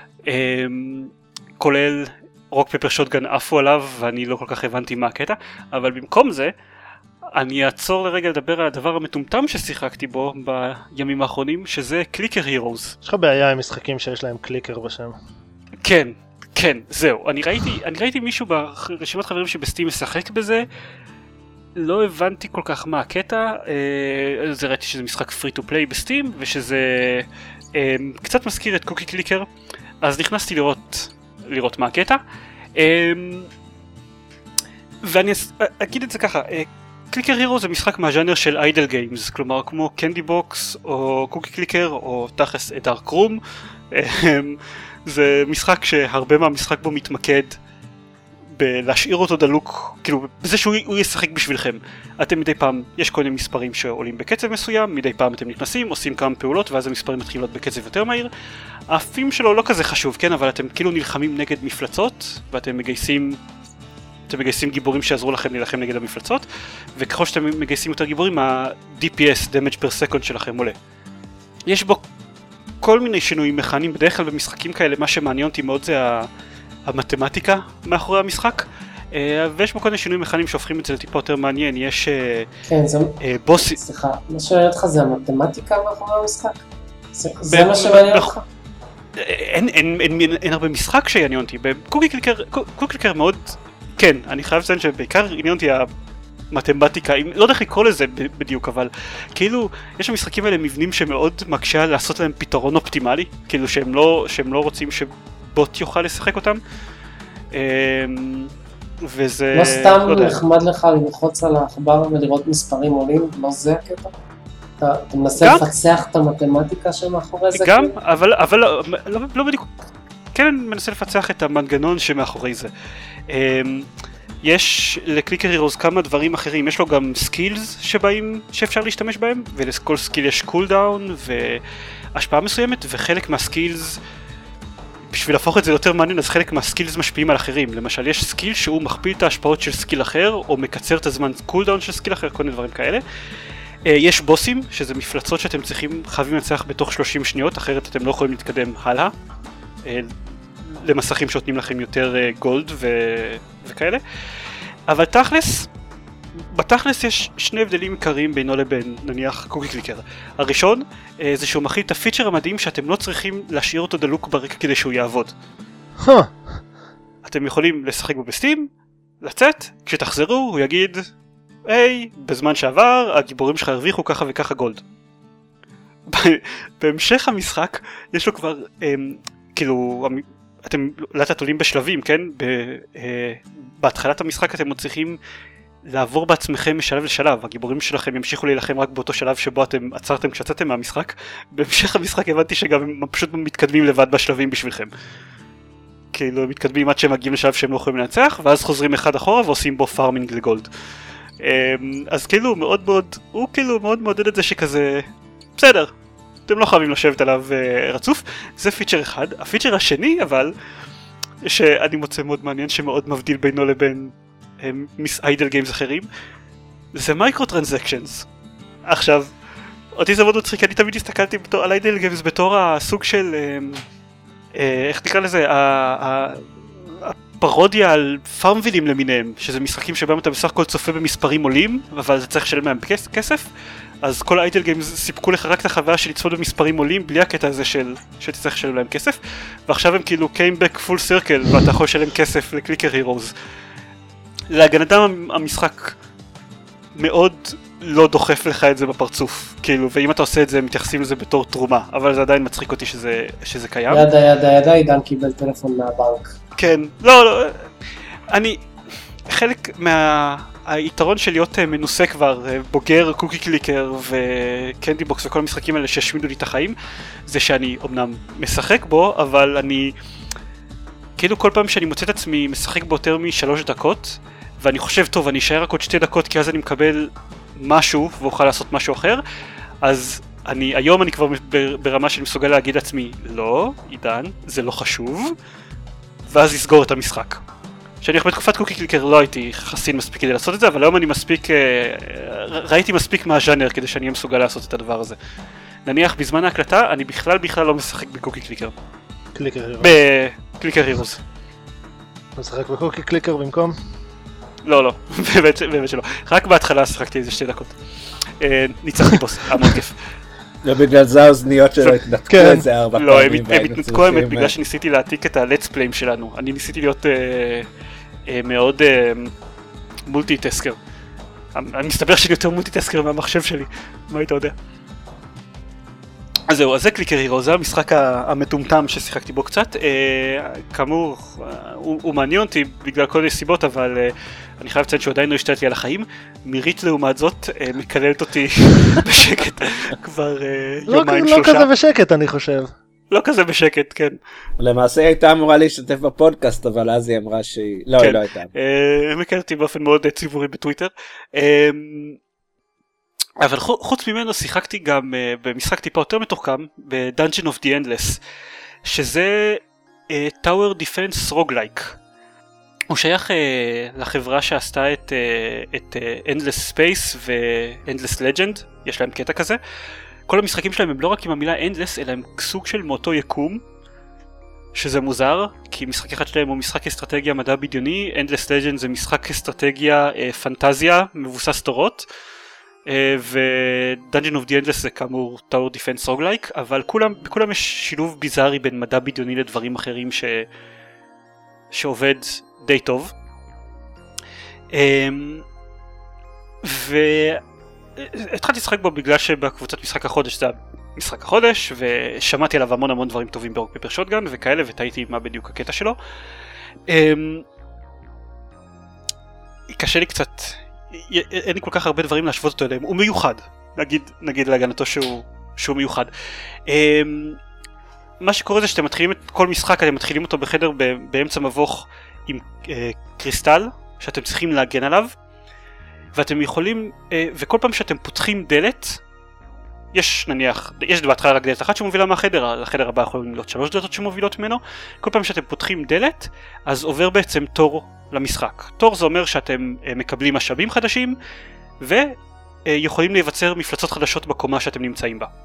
כולל רוק פייפר שוטגן עפו עליו, ואני לא כל כך הבנתי מה הקטע, אבל במקום זה, אני אעצור לרגע לדבר על הדבר המטומטם ששיחקתי בו בימים האחרונים, שזה קליקר הירוס. יש לך בעיה עם משחקים שיש להם קליקר בשם? כן, כן, זהו. אני ראיתי מישהו ברשימת חברים שבסטים משחק בזה, לא הבנתי כל כך מה הקטע, אז ראיתי שזה משחק פרי טו פליי בסטים, ושזה קצת מזכיר את קוקי קליקר, אז נכנסתי לראות מה הקטע, ואני אגיד את זה ככה, קליקר הירו זה משחק מהז'אנר של איידל גיימס, כלומר כמו קנדי בוקס או קוקי קליקר או תכלס דארק רום, זה משחק שהרבה מהמשחק בו מתמקד בלהשאיר אותו דלוק, כאילו בזה שהוא ישחק בשבילכם. אתם מדי פעם, יש כל מיני מספרים שעולים בקצב מסוים, מדי פעם אתם נכנסים, עושים כמה פעולות ואז המספרים מתחילות בקצב יותר מהיר. האפים שלו לא כזה חשוב, כן, אבל אתם כאילו נלחמים נגד מפלצות ואתם מגייסים גיבורים שיעזרו לכם להילחם נגד המפלצות, וככל שאתם מגייסים יותר גיבורים, ה-DPS, damage per second שלכם עולה. יש בו כל מיני שינויים מכניים, בדרך כלל במשחקים כאלה מה שמעניין אותי מאוד זה המתמטיקה מאחורי המשחק, ויש בו כל מיני שינויים מכניים שהופכים את זה לטיפה יותר מעניין, יש כן, זה... בוסי... סליחה, מה שואל אותך זה המתמטיקה מאחורי המשחק? זה מה שמעניין אותך? אין הרבה משחק שיעניין אותי, בקוקי קליקר מאוד, כן, אני חייב לציין שבעיקר עניין אותי המתמטיקה, לא יודע איך לקרוא לזה בדיוק, אבל כאילו יש במשחקים האלה מבנים שמאוד מקשה לעשות להם פתרון אופטימלי, כאילו שהם לא רוצים שבוט יוכל לשחק אותם, וזה... לא סתם נחמד לך ללחוץ על העכבר ולראות מספרים עולים, לא זה הקטע? אתה מנסה לפצח את המתמטיקה שמאחורי זה? גם, אבל לא בדיוק, כן מנסה לפצח את המנגנון שמאחורי זה. יש לקליקר הירוז כמה דברים אחרים, יש לו גם סקילס שאפשר להשתמש בהם, ולכל סקיל יש קולדאון והשפעה מסוימת, וחלק מהסקילס, בשביל להפוך את זה יותר מעניין, אז חלק מהסקילס משפיעים על אחרים. למשל, יש סקיל שהוא מכפיל את ההשפעות של סקיל אחר, או מקצר את הזמן קולדאון של סקיל אחר, כל מיני דברים כאלה. יש בוסים, שזה מפלצות שאתם חייבים לנצח בתוך 30 שניות, אחרת אתם לא יכולים להתקדם הלאה. למסכים שנותנים לכם יותר גולד וכאלה. אבל בתכלס יש שני הבדלים עיקריים בינו לבין נניח קוקי קליקר. הראשון זה שהוא מכיל את הפיצ'ר המדהים שאתם לא צריכים להשאיר אותו דלוק ברקע כדי שהוא יעבוד. אתם יכולים לשחק בו בסטים, לצאת, כשתחזרו הוא יגיד היי, בזמן שעבר הגיבורים שלך הרוויחו ככה וככה גולד. בהמשך המשחק יש לו כבר כאילו אתם לאט עולים בשלבים, כן? בהתחלת המשחק אתם צריכים לעבור בעצמכם משלב לשלב, הגיבורים שלכם ימשיכו להילחם רק באותו שלב שבו אתם עצרתם כשיצאתם מהמשחק. בהמשך המשחק הבנתי שגם הם פשוט מתקדמים לבד בשלבים בשבילכם, כאילו הם מתקדמים עד שהם מגיעים לשלב שהם לא יכולים לנצח, ואז חוזרים אחד אחורה ועושים בו פארמינג לגולד. אז כאילו הוא כאילו מאוד מעודד את זה שכזה בסדר, אתם לא חייבים לשבת עליו רצוף. זה פיצ'ר אחד. הפיצ'ר השני אבל שאני מוצא מאוד מעניין שמאוד מבדיל בינו לבין איידל גיימס אחרים, זה מייקרו טרנזקשנס. עכשיו אותי זה מאוד מצחיק, אני תמיד הסתכלתי על איידל גיימס בתור הסוג של איך תקרא לזה, הפרודיה על פארמווילים למיניהם, שזה משחקים שבהם אתה בסך הכל צופה במספרים עולים אבל זה צריך לשלם מהם כסף. אז כל האיידל גיימס סיפקו לך רק את החוויה של לצפות במספרים עולים בלי הקטע הזה שתצטרך לשלם להם כסף, ועכשיו הם כאילו came back full circle ואתה יכול לשלם כסף לקליקר הירוז. להגנתם המשחק מאוד לא דוחף לך את זה בפרצוף, כאילו, ואם אתה עושה את זה הם מתייחסים לזה בתור תרומה, אבל זה עדיין מצחיק אותי שזה קיים. ידה, עידן קיבל טלפון מהבנק. כן, לא, אני, חלק היתרון של להיות מנוסה כבר, בוגר קוקי קליקר וקנדי בוקס וכל המשחקים האלה שהשמידו לי את החיים, זה שאני אומנם משחק בו, אבל אני כאילו כל פעם שאני מוצא את עצמי משחק בו יותר מ3 דקות, ואני חושב טוב אני אשאר רק עוד 2 דקות כי אז אני מקבל משהו ואוכל לעשות משהו אחר, אז היום אני כבר ברמה שאני מסוגל להגיד לעצמי לא, עידן, זה לא חשוב, ואז לסגור את המשחק. שאני בתקופת קוקי קליקר לא הייתי חסין מספיק כדי לעשות את זה, אבל היום אני מספיק, ראיתי מספיק מהז'אנר כדי שאני אהיה מסוגל לעשות את הדבר הזה. נניח בזמן ההקלטה אני בכלל לא משחק בקוקי קליקר. בקליקר הירוז. משחק בקוקי קליקר במקום? לא, באמת שלא. רק בהתחלה שחקתי איזה 2 דקות. ניצחתי בוס, המון כיף. ובגלל זה האוזניות שלו התנתקו איזה 4 פעמים. לא, הם התנתקו האמת בגלל שניסיתי להעתיק את הלטס פליים שלנו. אני ניסיתי להיות מאוד מולטי-טסקר. אני מסתבר שאני יותר מולטי-טסקר מהמחשב שלי. מה היית יודע? אז זהו, אז זה קליקר הירו, זה המשחק המטומטם ששיחקתי בו קצת. כאמור, הוא מעניין אותי בגלל כל מיני סיבות, אבל אני חייב לציין שהוא עדיין לא השתלט לי על החיים. מירית לעומת זאת מקללת אותי בשקט כבר יומיים 3. לא כזה בשקט אני חושב. לא כזה בשקט, כן. למעשה היא הייתה אמורה להשתתף בפודקאסט, אבל אז היא אמרה שהיא... לא, היא לא הייתה. מקללת אותי באופן מאוד ציבורי בטוויטר. אבל חוץ ממנו שיחקתי גם במשחק טיפה יותר מתוחכם, ב-Dungeon of the Endless, שזה Tower Defense Roguelike. הוא שייך לחברה שעשתה את Endless Space ו-Endless Legend, יש להם קטע כזה. כל המשחקים שלהם הם לא רק עם המילה endless, אלא הם סוג של מאותו יקום, שזה מוזר, כי משחק אחד שלהם הוא משחק אסטרטגיה מדע בדיוני, Endless Legend זה משחק אסטרטגיה פנטזיה מבוסס תורות, ו-Dungeon of the Endless זה כאמור Tower Defense Roguelike, אבל בכולם יש שילוב ביזארי בין מדע בדיוני לדברים אחרים שעובד די טוב. והתחלתי לשחק בו בגלל שבקבוצת משחק החודש זה משחק החודש, ושמעתי עליו המון דברים טובים ברוק פפר שוטגן וכאלה, ותהיתי מה בדיוק הקטע שלו. קשה לי קצת, אין לי כל כך הרבה דברים להשוות אותו אליהם, הוא מיוחד, נגיד להגנתו שהוא מיוחד. מה שקורה זה שאתם מתחילים את כל משחק, אתם מתחילים אותו בחדר באמצע מבוך עם קריסטל, שאתם צריכים להגן עליו, ואתם יכולים, וכל פעם שאתם פותחים דלת, יש בהתחלה רק דלת אחת שמובילה מהחדר, לחדר הבא יכולים להיות 3 דלתות שמובילות ממנו. כל פעם שאתם פותחים דלת, אז עובר בעצם תור למשחק. תור זה אומר שאתם מקבלים משאבים חדשים, ויכולים להיווצר מפלצות חדשות בקומה שאתם נמצאים בה.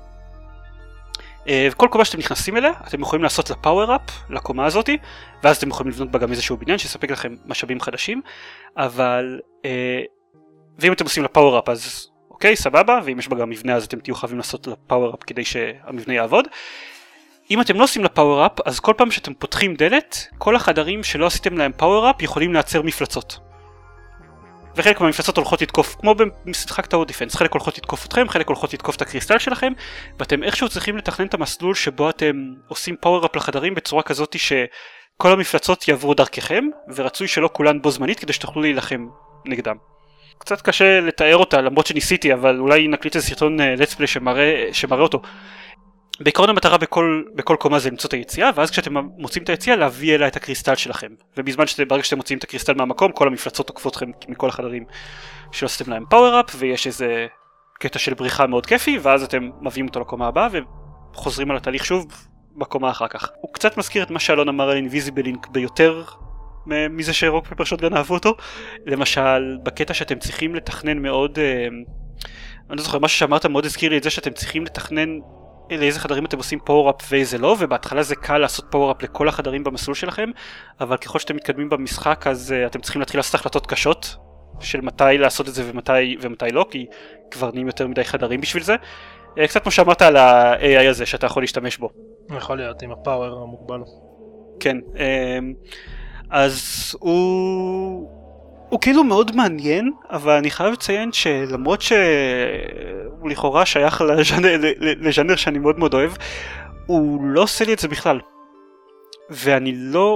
וכל קומה שאתם נכנסים אליה, אתם יכולים לעשות לה פאוור-אפ לקומה הזאת, ואז אתם יכולים לבנות בה גם איזשהו בניין שיספק לכם משאבים חדשים, אבל ואם אתם עושים לה פאוור-אפ אז אוקיי, סבבה, ואם יש בה גם מבנה אז אתם תהיו חייבים לעשות לה פאוור-אפ כדי שהמבנה יעבוד. אם אתם לא עושים לה פאוור-אפ, אז כל פעם שאתם פותחים דלת, כל החדרים שלא עשיתם להם פאוור-אפ יכולים לייצר מפלצות. וחלק מהמפלצות הולכות לתקוף, כמו במשחק טאוור דיפנס, חלק הולכות לתקוף אתכם, חלק הולכות לתקוף את הקריסטל שלכם, ואתם איכשהו צריכים לתכנן את המסלול שבו אתם עושים פאוור-אפ לחדרים בצורה כזאת שכל המפלצות יעברו דרככם, ורצוי שלא כולן בו זמנית כדי שתוכלו להילחם נגדם. קצת קשה לתאר אותה למרות שניסיתי, אבל אולי נקליט איזה סרטון לטספליי שמראה אותו. בעיקרון המטרה בכל קומה זה למצוא את היציאה, ואז כשאתם מוצאים את היציאה להביא אליה את הקריסטל שלכם, וברגע שאתם מוצאים את הקריסטל מהמקום כל המפלצות תוקפות אתכם מכל החדרים שלא עשיתם להם פאוור-אפ, ויש איזה קטע של בריחה מאוד כיפי, ואז אתם מביאים אותו לקומה הבאה וחוזרים על התהליך שוב בקומה אחר כך. הוא קצת מזכיר את מה שאלון אמר על אינביזיבל לינק ביותר מזה שרוק פפר שוטגן אהבו אותו, למשל בקטע שאתם צריכים לתכנן מאוד, אני לא זוכר, משהו שאמרת מאוד הזכיר לי את זה שאתם צריכים לתכנן לאיזה חדרים אתם עושים פאוור-אפ ואיזה לא, ובהתחלה זה קל לעשות פאוור-אפ לכל החדרים במסלול שלכם, אבל ככל שאתם מתקדמים במשחק אז אתם צריכים להתחיל לעשות החלטות קשות של מתי לעשות את זה ומתי לא, כי כבר נהיים יותר מדי חדרים בשביל זה. קצת כמו שאמרת על ה-AI הזה שאתה יכול להשתמש בו. יכול להיות עם הפאוור המוגבל. כן, אז הוא כאילו מאוד מעניין, אבל אני חייב לציין שלמרות שהוא לכאורה שייך לז'אנר שאני מאוד מאוד אוהב, הוא לא עושה לי את זה בכלל. ואני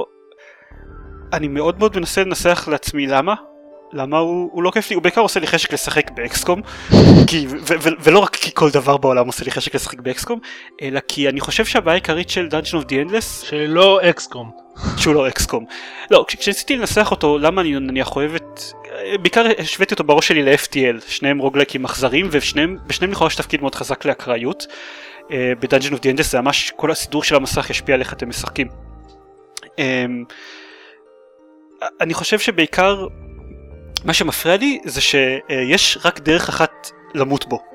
מאוד מאוד מנסה לנסח לעצמי למה הוא לא כיף לי, הוא בעיקר עושה לי חשק לשחק באקסקום, ולא רק כי כל דבר בעולם עושה לי חשק לשחק באקסקום, אלא כי אני חושב שהבעיה העיקרית של Dungeon of the Endless שלא אקסקום. שהוא לא אקסקום. לא, כשניסיתי לנסח אותו, למה אני נניח אוהבת, בעיקר השוויתי אותו בראש שלי ל-FTL, שניהם רוגלייקים אכזרים, ובשניהם לכאורה יש תפקיד מאוד חזק לאקראיות. ב-Dungeon of the Endless זה ממש כל הסידור של המסך ישפיע על איך אתם משחקים. אני חושב שבעיקר מה שמפריע לי זה שיש רק דרך אחת למות בו.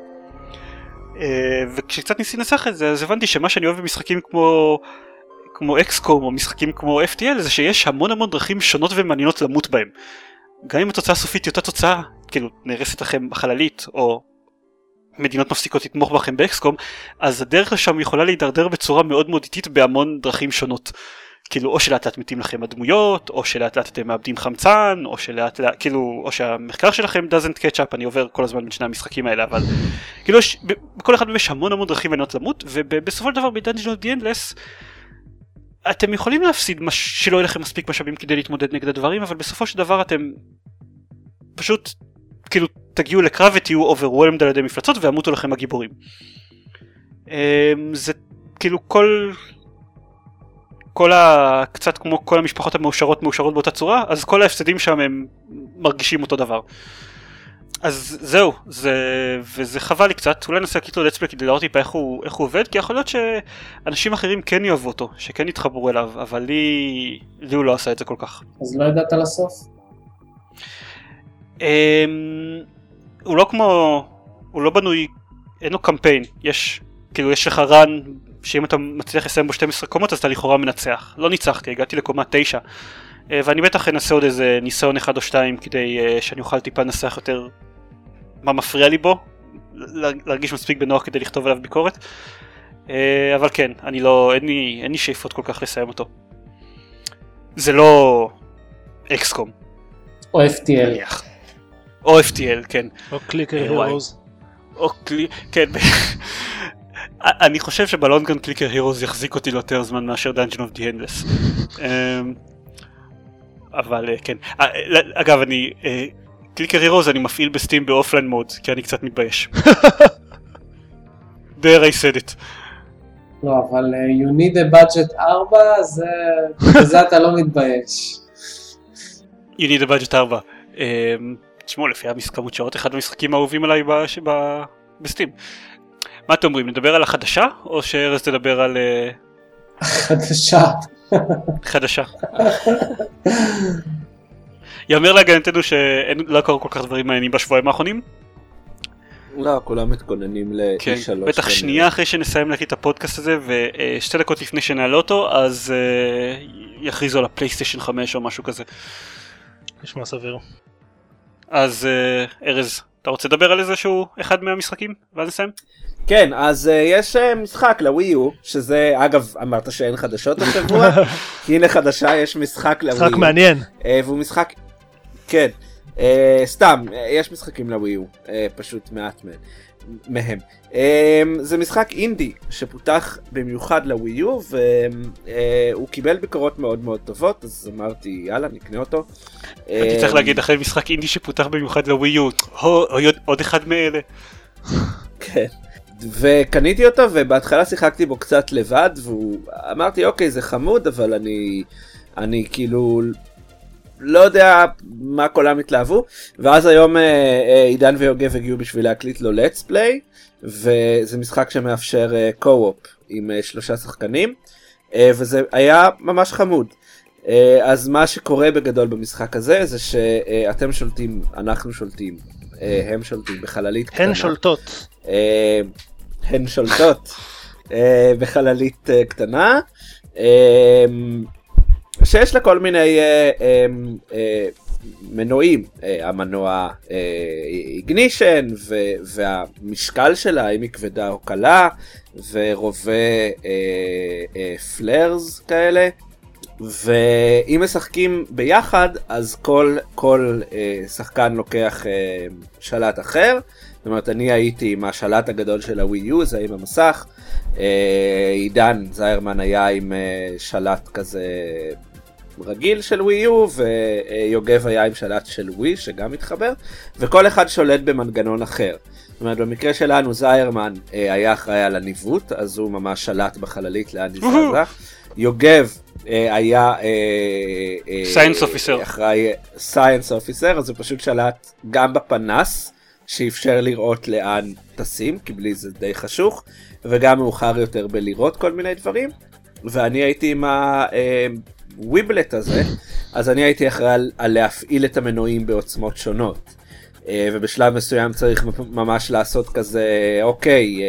וכשקצת ניסי לנסח את זה, אז הבנתי שמה שאני אוהב במשחקים כמו אקסקום או משחקים כמו FTL זה שיש המון דרכים שונות ומעניינות למות בהם. גם אם התוצאה הסופית היא אותה תוצאה, כאילו נהרסת לכם בחללית או מדינות מפסיקות לתמוך בכם באקסקום, אז הדרך לשם יכולה להידרדר בצורה מאוד מאוד איטית בהמון דרכים שונות. כאילו או שלאט לאט מתים לכם הדמויות, או שלאט לאט אתם מאבדים חמצן, או שלאט לאט, כאילו, או שהמחקר שלכם doesn't catch up, אני עובר כל הזמן בין שני המשחקים האלה, אבל כאילו בכל אחד יש המון דרכים מעניינות למות, ובסופו של דבר ב-Dungeon of the Endless אתם יכולים להפסיד שלא יהיה לכם מספיק משאבים כדי להתמודד נגד הדברים, אבל בסופו של דבר אתם פשוט כאילו תגיעו לקרב ותהיו overwhelmed על ידי מפלצות וימותו לכם הגיבורים. זה כאילו קצת כמו כל המשפחות המאושרות באותה צורה, אז כל ההפסדים שם הם מרגישים אותו דבר. אז זהו, וזה חבל לי קצת, אולי ננסה להקליט לו לטספליי כדי להראות טיפה איך הוא עובד, כי יכול להיות שאנשים אחרים כן יאהבו אותו, שכן יתחברו אליו, אבל לי הוא לא עשה את זה כל כך. אז לא ידעת לסוף? הוא לא בנוי אין לו קמפיין, יש לך רן שאם אתה מצליח לסיים בו 12 קומות אז אתה לכאורה מנצח. לא ניצחתי, הגעתי לקומה 9, ואני בטח אנסה עוד איזה ניסיון 1 או 2 כדי שאני אוכל טיפה לנסח יותר מה מפריע לי בו, להרגיש מספיק בנוח כדי לכתוב עליו ביקורת. אבל כן, אין לי שאיפות כל כך לסיים אותו. זה לא XCOM או FTL. או FTL, כן. או קליקר הירוז. כן. אני חושב שבלונגרן קליקר הירוז יחזיק אותי יותר זמן מאשר Dungeon of the Endless. אבל כן. אגב, קליקר הירוז אני מפעיל בסטים באופליין מוד, כי אני קצת מתבייש. There I said it. לא, אבל you need a budget 4, זה אתה לא מתבייש. You need a budget 4. תשמעו, לפי כמות שעות, אחד המשחקים האהובים עליי בסטים. מה אתם אומרים, נדבר על החדשה, או שארז תדבר על... חדשה. יאמר להגנתנו שלא קרו כל כך דברים מעניינים בשבועיים האחרונים? לא, כולם מתכוננים ל-3. בטח שנייה אחרי שנסיים להקליט את הפודקאסט הזה, ו2 דקות לפני שנעלה אותו, אז יכריזו על הפלייסטיישן 5 או משהו כזה. נשמע סביר. אז ארז, אתה רוצה לדבר על איזשהו אחד מהמשחקים? ואז נסיים? כן, אז יש משחק לווי-יו, שזה, אגב, אמרת שאין חדשות השבוע, כי הנה חדשה, יש משחק לווי-יו. משחק מעניין. והוא משחק, כן, סתם, יש משחקים לווי-יו, פשוט מעט מהם. זה משחק אינדי שפותח במיוחד לווי-יו, והוא קיבל ביקורות מאוד מאוד טובות, אז אמרתי, יאללה, נקנה אותו. הייתי צריך להגיד, אחרי משחק אינדי שפותח במיוחד לווי-יו, עוד אחד מאלה. כן. וקניתי אותו, ובהתחלה שיחקתי בו קצת לבד, ואמרתי, אוקיי, זה חמוד, אבל אני כאילו לא יודע מה כולם התלהבו, ואז היום עידן ויוגב הגיעו בשביל להקליט לו let's play, וזה משחק שמאפשר קו-אופ עם 3 שחקנים, וזה היה ממש חמוד. אז מה שקורה בגדול במשחק הזה, זה שאתם שולטים, אנחנו שולטים, הם שולטים בחללית קטנה. הן שולטות בחללית קטנה, שיש לה כל מיני מנועים, המנוע איגנישן והמשקל שלה, אם היא כבדה או קלה, ורובה פלרס כאלה, ואם משחקים ביחד, אז כל שחקן לוקח שלט אחר. זאת אומרת, אני הייתי עם השלט הגדול של הווי-יו, זה עם המסך. עידן זיירמן היה עם שלט כזה רגיל של ווי-יו, ויוגב היה עם שלט של ווי שגם מתחבר, וכל אחד שולט במנגנון אחר. זאת אומרת, במקרה שלנו זיירמן היה אחראי על הניווט, אז הוא ממש שלט בחללית לאן נזרזה. יוגב היה סיינס אופיסר. אחראי סיינס אופיסר, אז הוא פשוט שלט גם בפנס, שאפשר לראות לאן טסים, כי בלי זה די חשוך, וגם מאוחר יותר בלראות כל מיני דברים. ואני הייתי עם הוויבלט הזה, אז אני הייתי אחראי על להפעיל את המנועים בעוצמות שונות. ובשלב מסוים צריך ממש לעשות כזה, אוקיי,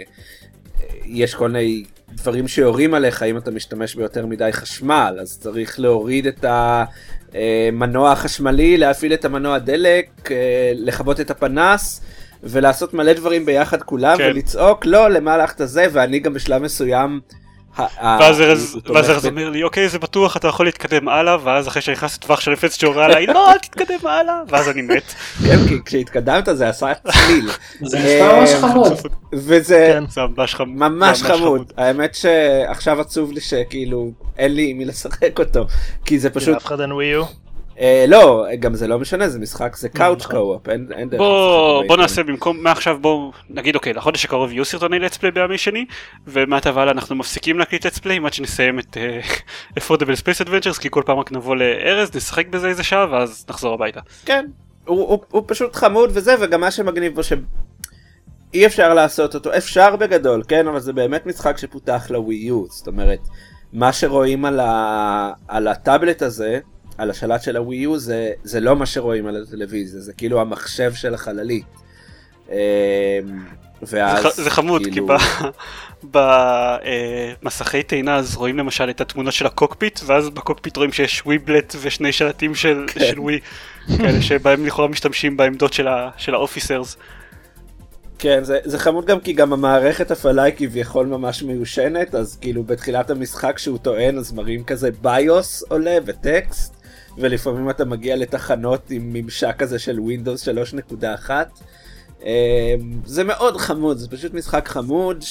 יש כל מיני דברים שיורים עליך, אם אתה משתמש ביותר מדי חשמל, אז צריך להוריד את המנוע החשמלי, להפעיל את המנוע דלק, לכבות את הפנס, ולעשות מלא דברים ביחד כולם, כן. ולצעוק, לא, למה הלכת זה, ואני גם בשלב מסוים, ואז ארז אומר לי, אוקיי, זה בטוח, אתה יכול להתקדם הלאה, ואז אחרי שנכנס לטווח של אפס שהורה עליי, לא, אל תתקדם הלאה, ואז אני מת. כן, כי כשהתקדמת זה עשה צליל. זה נשמע ממש חמוד. וזה ממש חמוד. האמת שעכשיו עצוב לי שכאילו אין לי מי לשחק אותו, כי זה פשוט... אף אחד אין ווי-יו? לא, גם זה לא משנה, זה משחק, זה קאוץ' קו-אופ, אין דרך. בוא נעשה במקום, מעכשיו בוא נגיד, אוקיי, לחודש הקרוב יהיו סרטוני לטספליי בימי שני, ומעתה והלאה אנחנו מפסיקים להקליט לטספליי, עד שנסיים את Affordable Space Adventures, כי כל פעם רק נבוא לארז, נשחק בזה איזה שעה, ואז נחזור הביתה. כן, הוא פשוט חמוד וזה, וגם מה שמגניב בו שאי אפשר לעשות אותו, אפשר בגדול, כן, אבל זה באמת משחק שפותח לווי-יו, זאת אומרת, מה שרואים על הטאבלט הזה, על השלט של הווי-יו, זה לא מה שרואים על הטלוויזיה, זה כאילו המחשב של החללית. ואז זה חמוד, כי כאילו... במסכי טעינה אז רואים למשל את התמונות של הקוקפיט, ואז בקוקפיט רואים שיש וויבלט ושני שלטים של ווי, כאלה שבהם לכאורה משתמשים בעמדות של האופיסרס. כן, זה חמוד גם כי גם המערכת הפעלה היא כביכול ממש מיושנת, אז כאילו בתחילת המשחק שהוא טוען אז מראים כזה ביוס עולה וטקסט, ולפעמים אתה מגיע לתחנות עם ממשק כזה של Windows 3.1. זה מאוד חמוד, זה פשוט משחק חמוד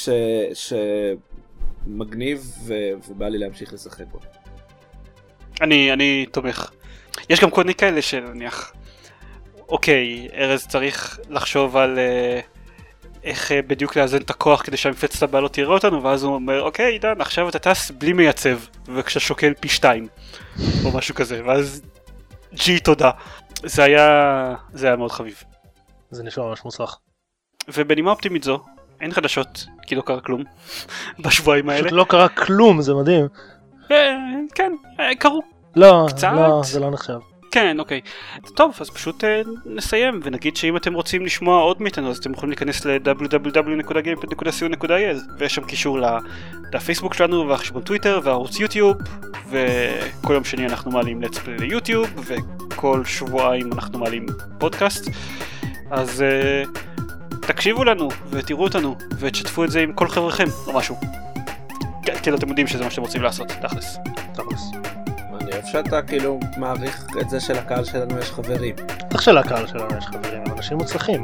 שמגניב ובא לי להמשיך לשחק בו. אני תומך. יש גם קודני כאלה שנניח, אוקיי, ארז צריך לחשוב על איך בדיוק לאזן את הכוח כדי שהמפלצת הבאה לא תראה אותנו, ואז הוא אומר, אוקיי, עידן, עכשיו אתה טס בלי מייצב, וכששוקל פי 2, או משהו כזה, ואז ג'י תודה. זה היה מאוד חביב. זה נשמע ממש מוצלח. ובנימה אופטימית זו, אין חדשות, כי לא קרה כלום, בשבועיים האלה. פשוט לא קרה כלום, זה מדהים. כן, קרו. לא, קצת. לא, זה לא נחשב. כן, אוקיי. טוב, אז פשוט נסיים, ונגיד שאם אתם רוצים לשמוע עוד מאיתנו, אז אתם יכולים להיכנס ל-www.gamepad.co.il, ויש שם קישור לפייסבוק שלנו, והחשבון טוויטר, והערוץ יוטיוב, וכל יום שני אנחנו מעלים Let's Play ליוטיוב, וכל שבועיים אנחנו מעלים פודקאסט. אז תקשיבו לנו, ותראו אותנו, ותשתפו את זה עם כל חבריכם, או משהו. כאילו אתם יודעים שזה מה שאתם רוצים לעשות, תכלס. אני אוהב שאתה כאילו מעריך את זה שלקהל שלנו יש חברים. איך שלקהל שלנו יש חברים? הם אנשים מוצלחים.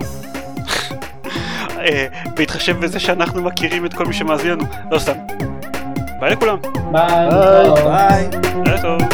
בהתחשב בזה שאנחנו מכירים את כל מי שמאזין לנו. לא סתם. ביי לכולם. ביי. ביי. ביי טוב.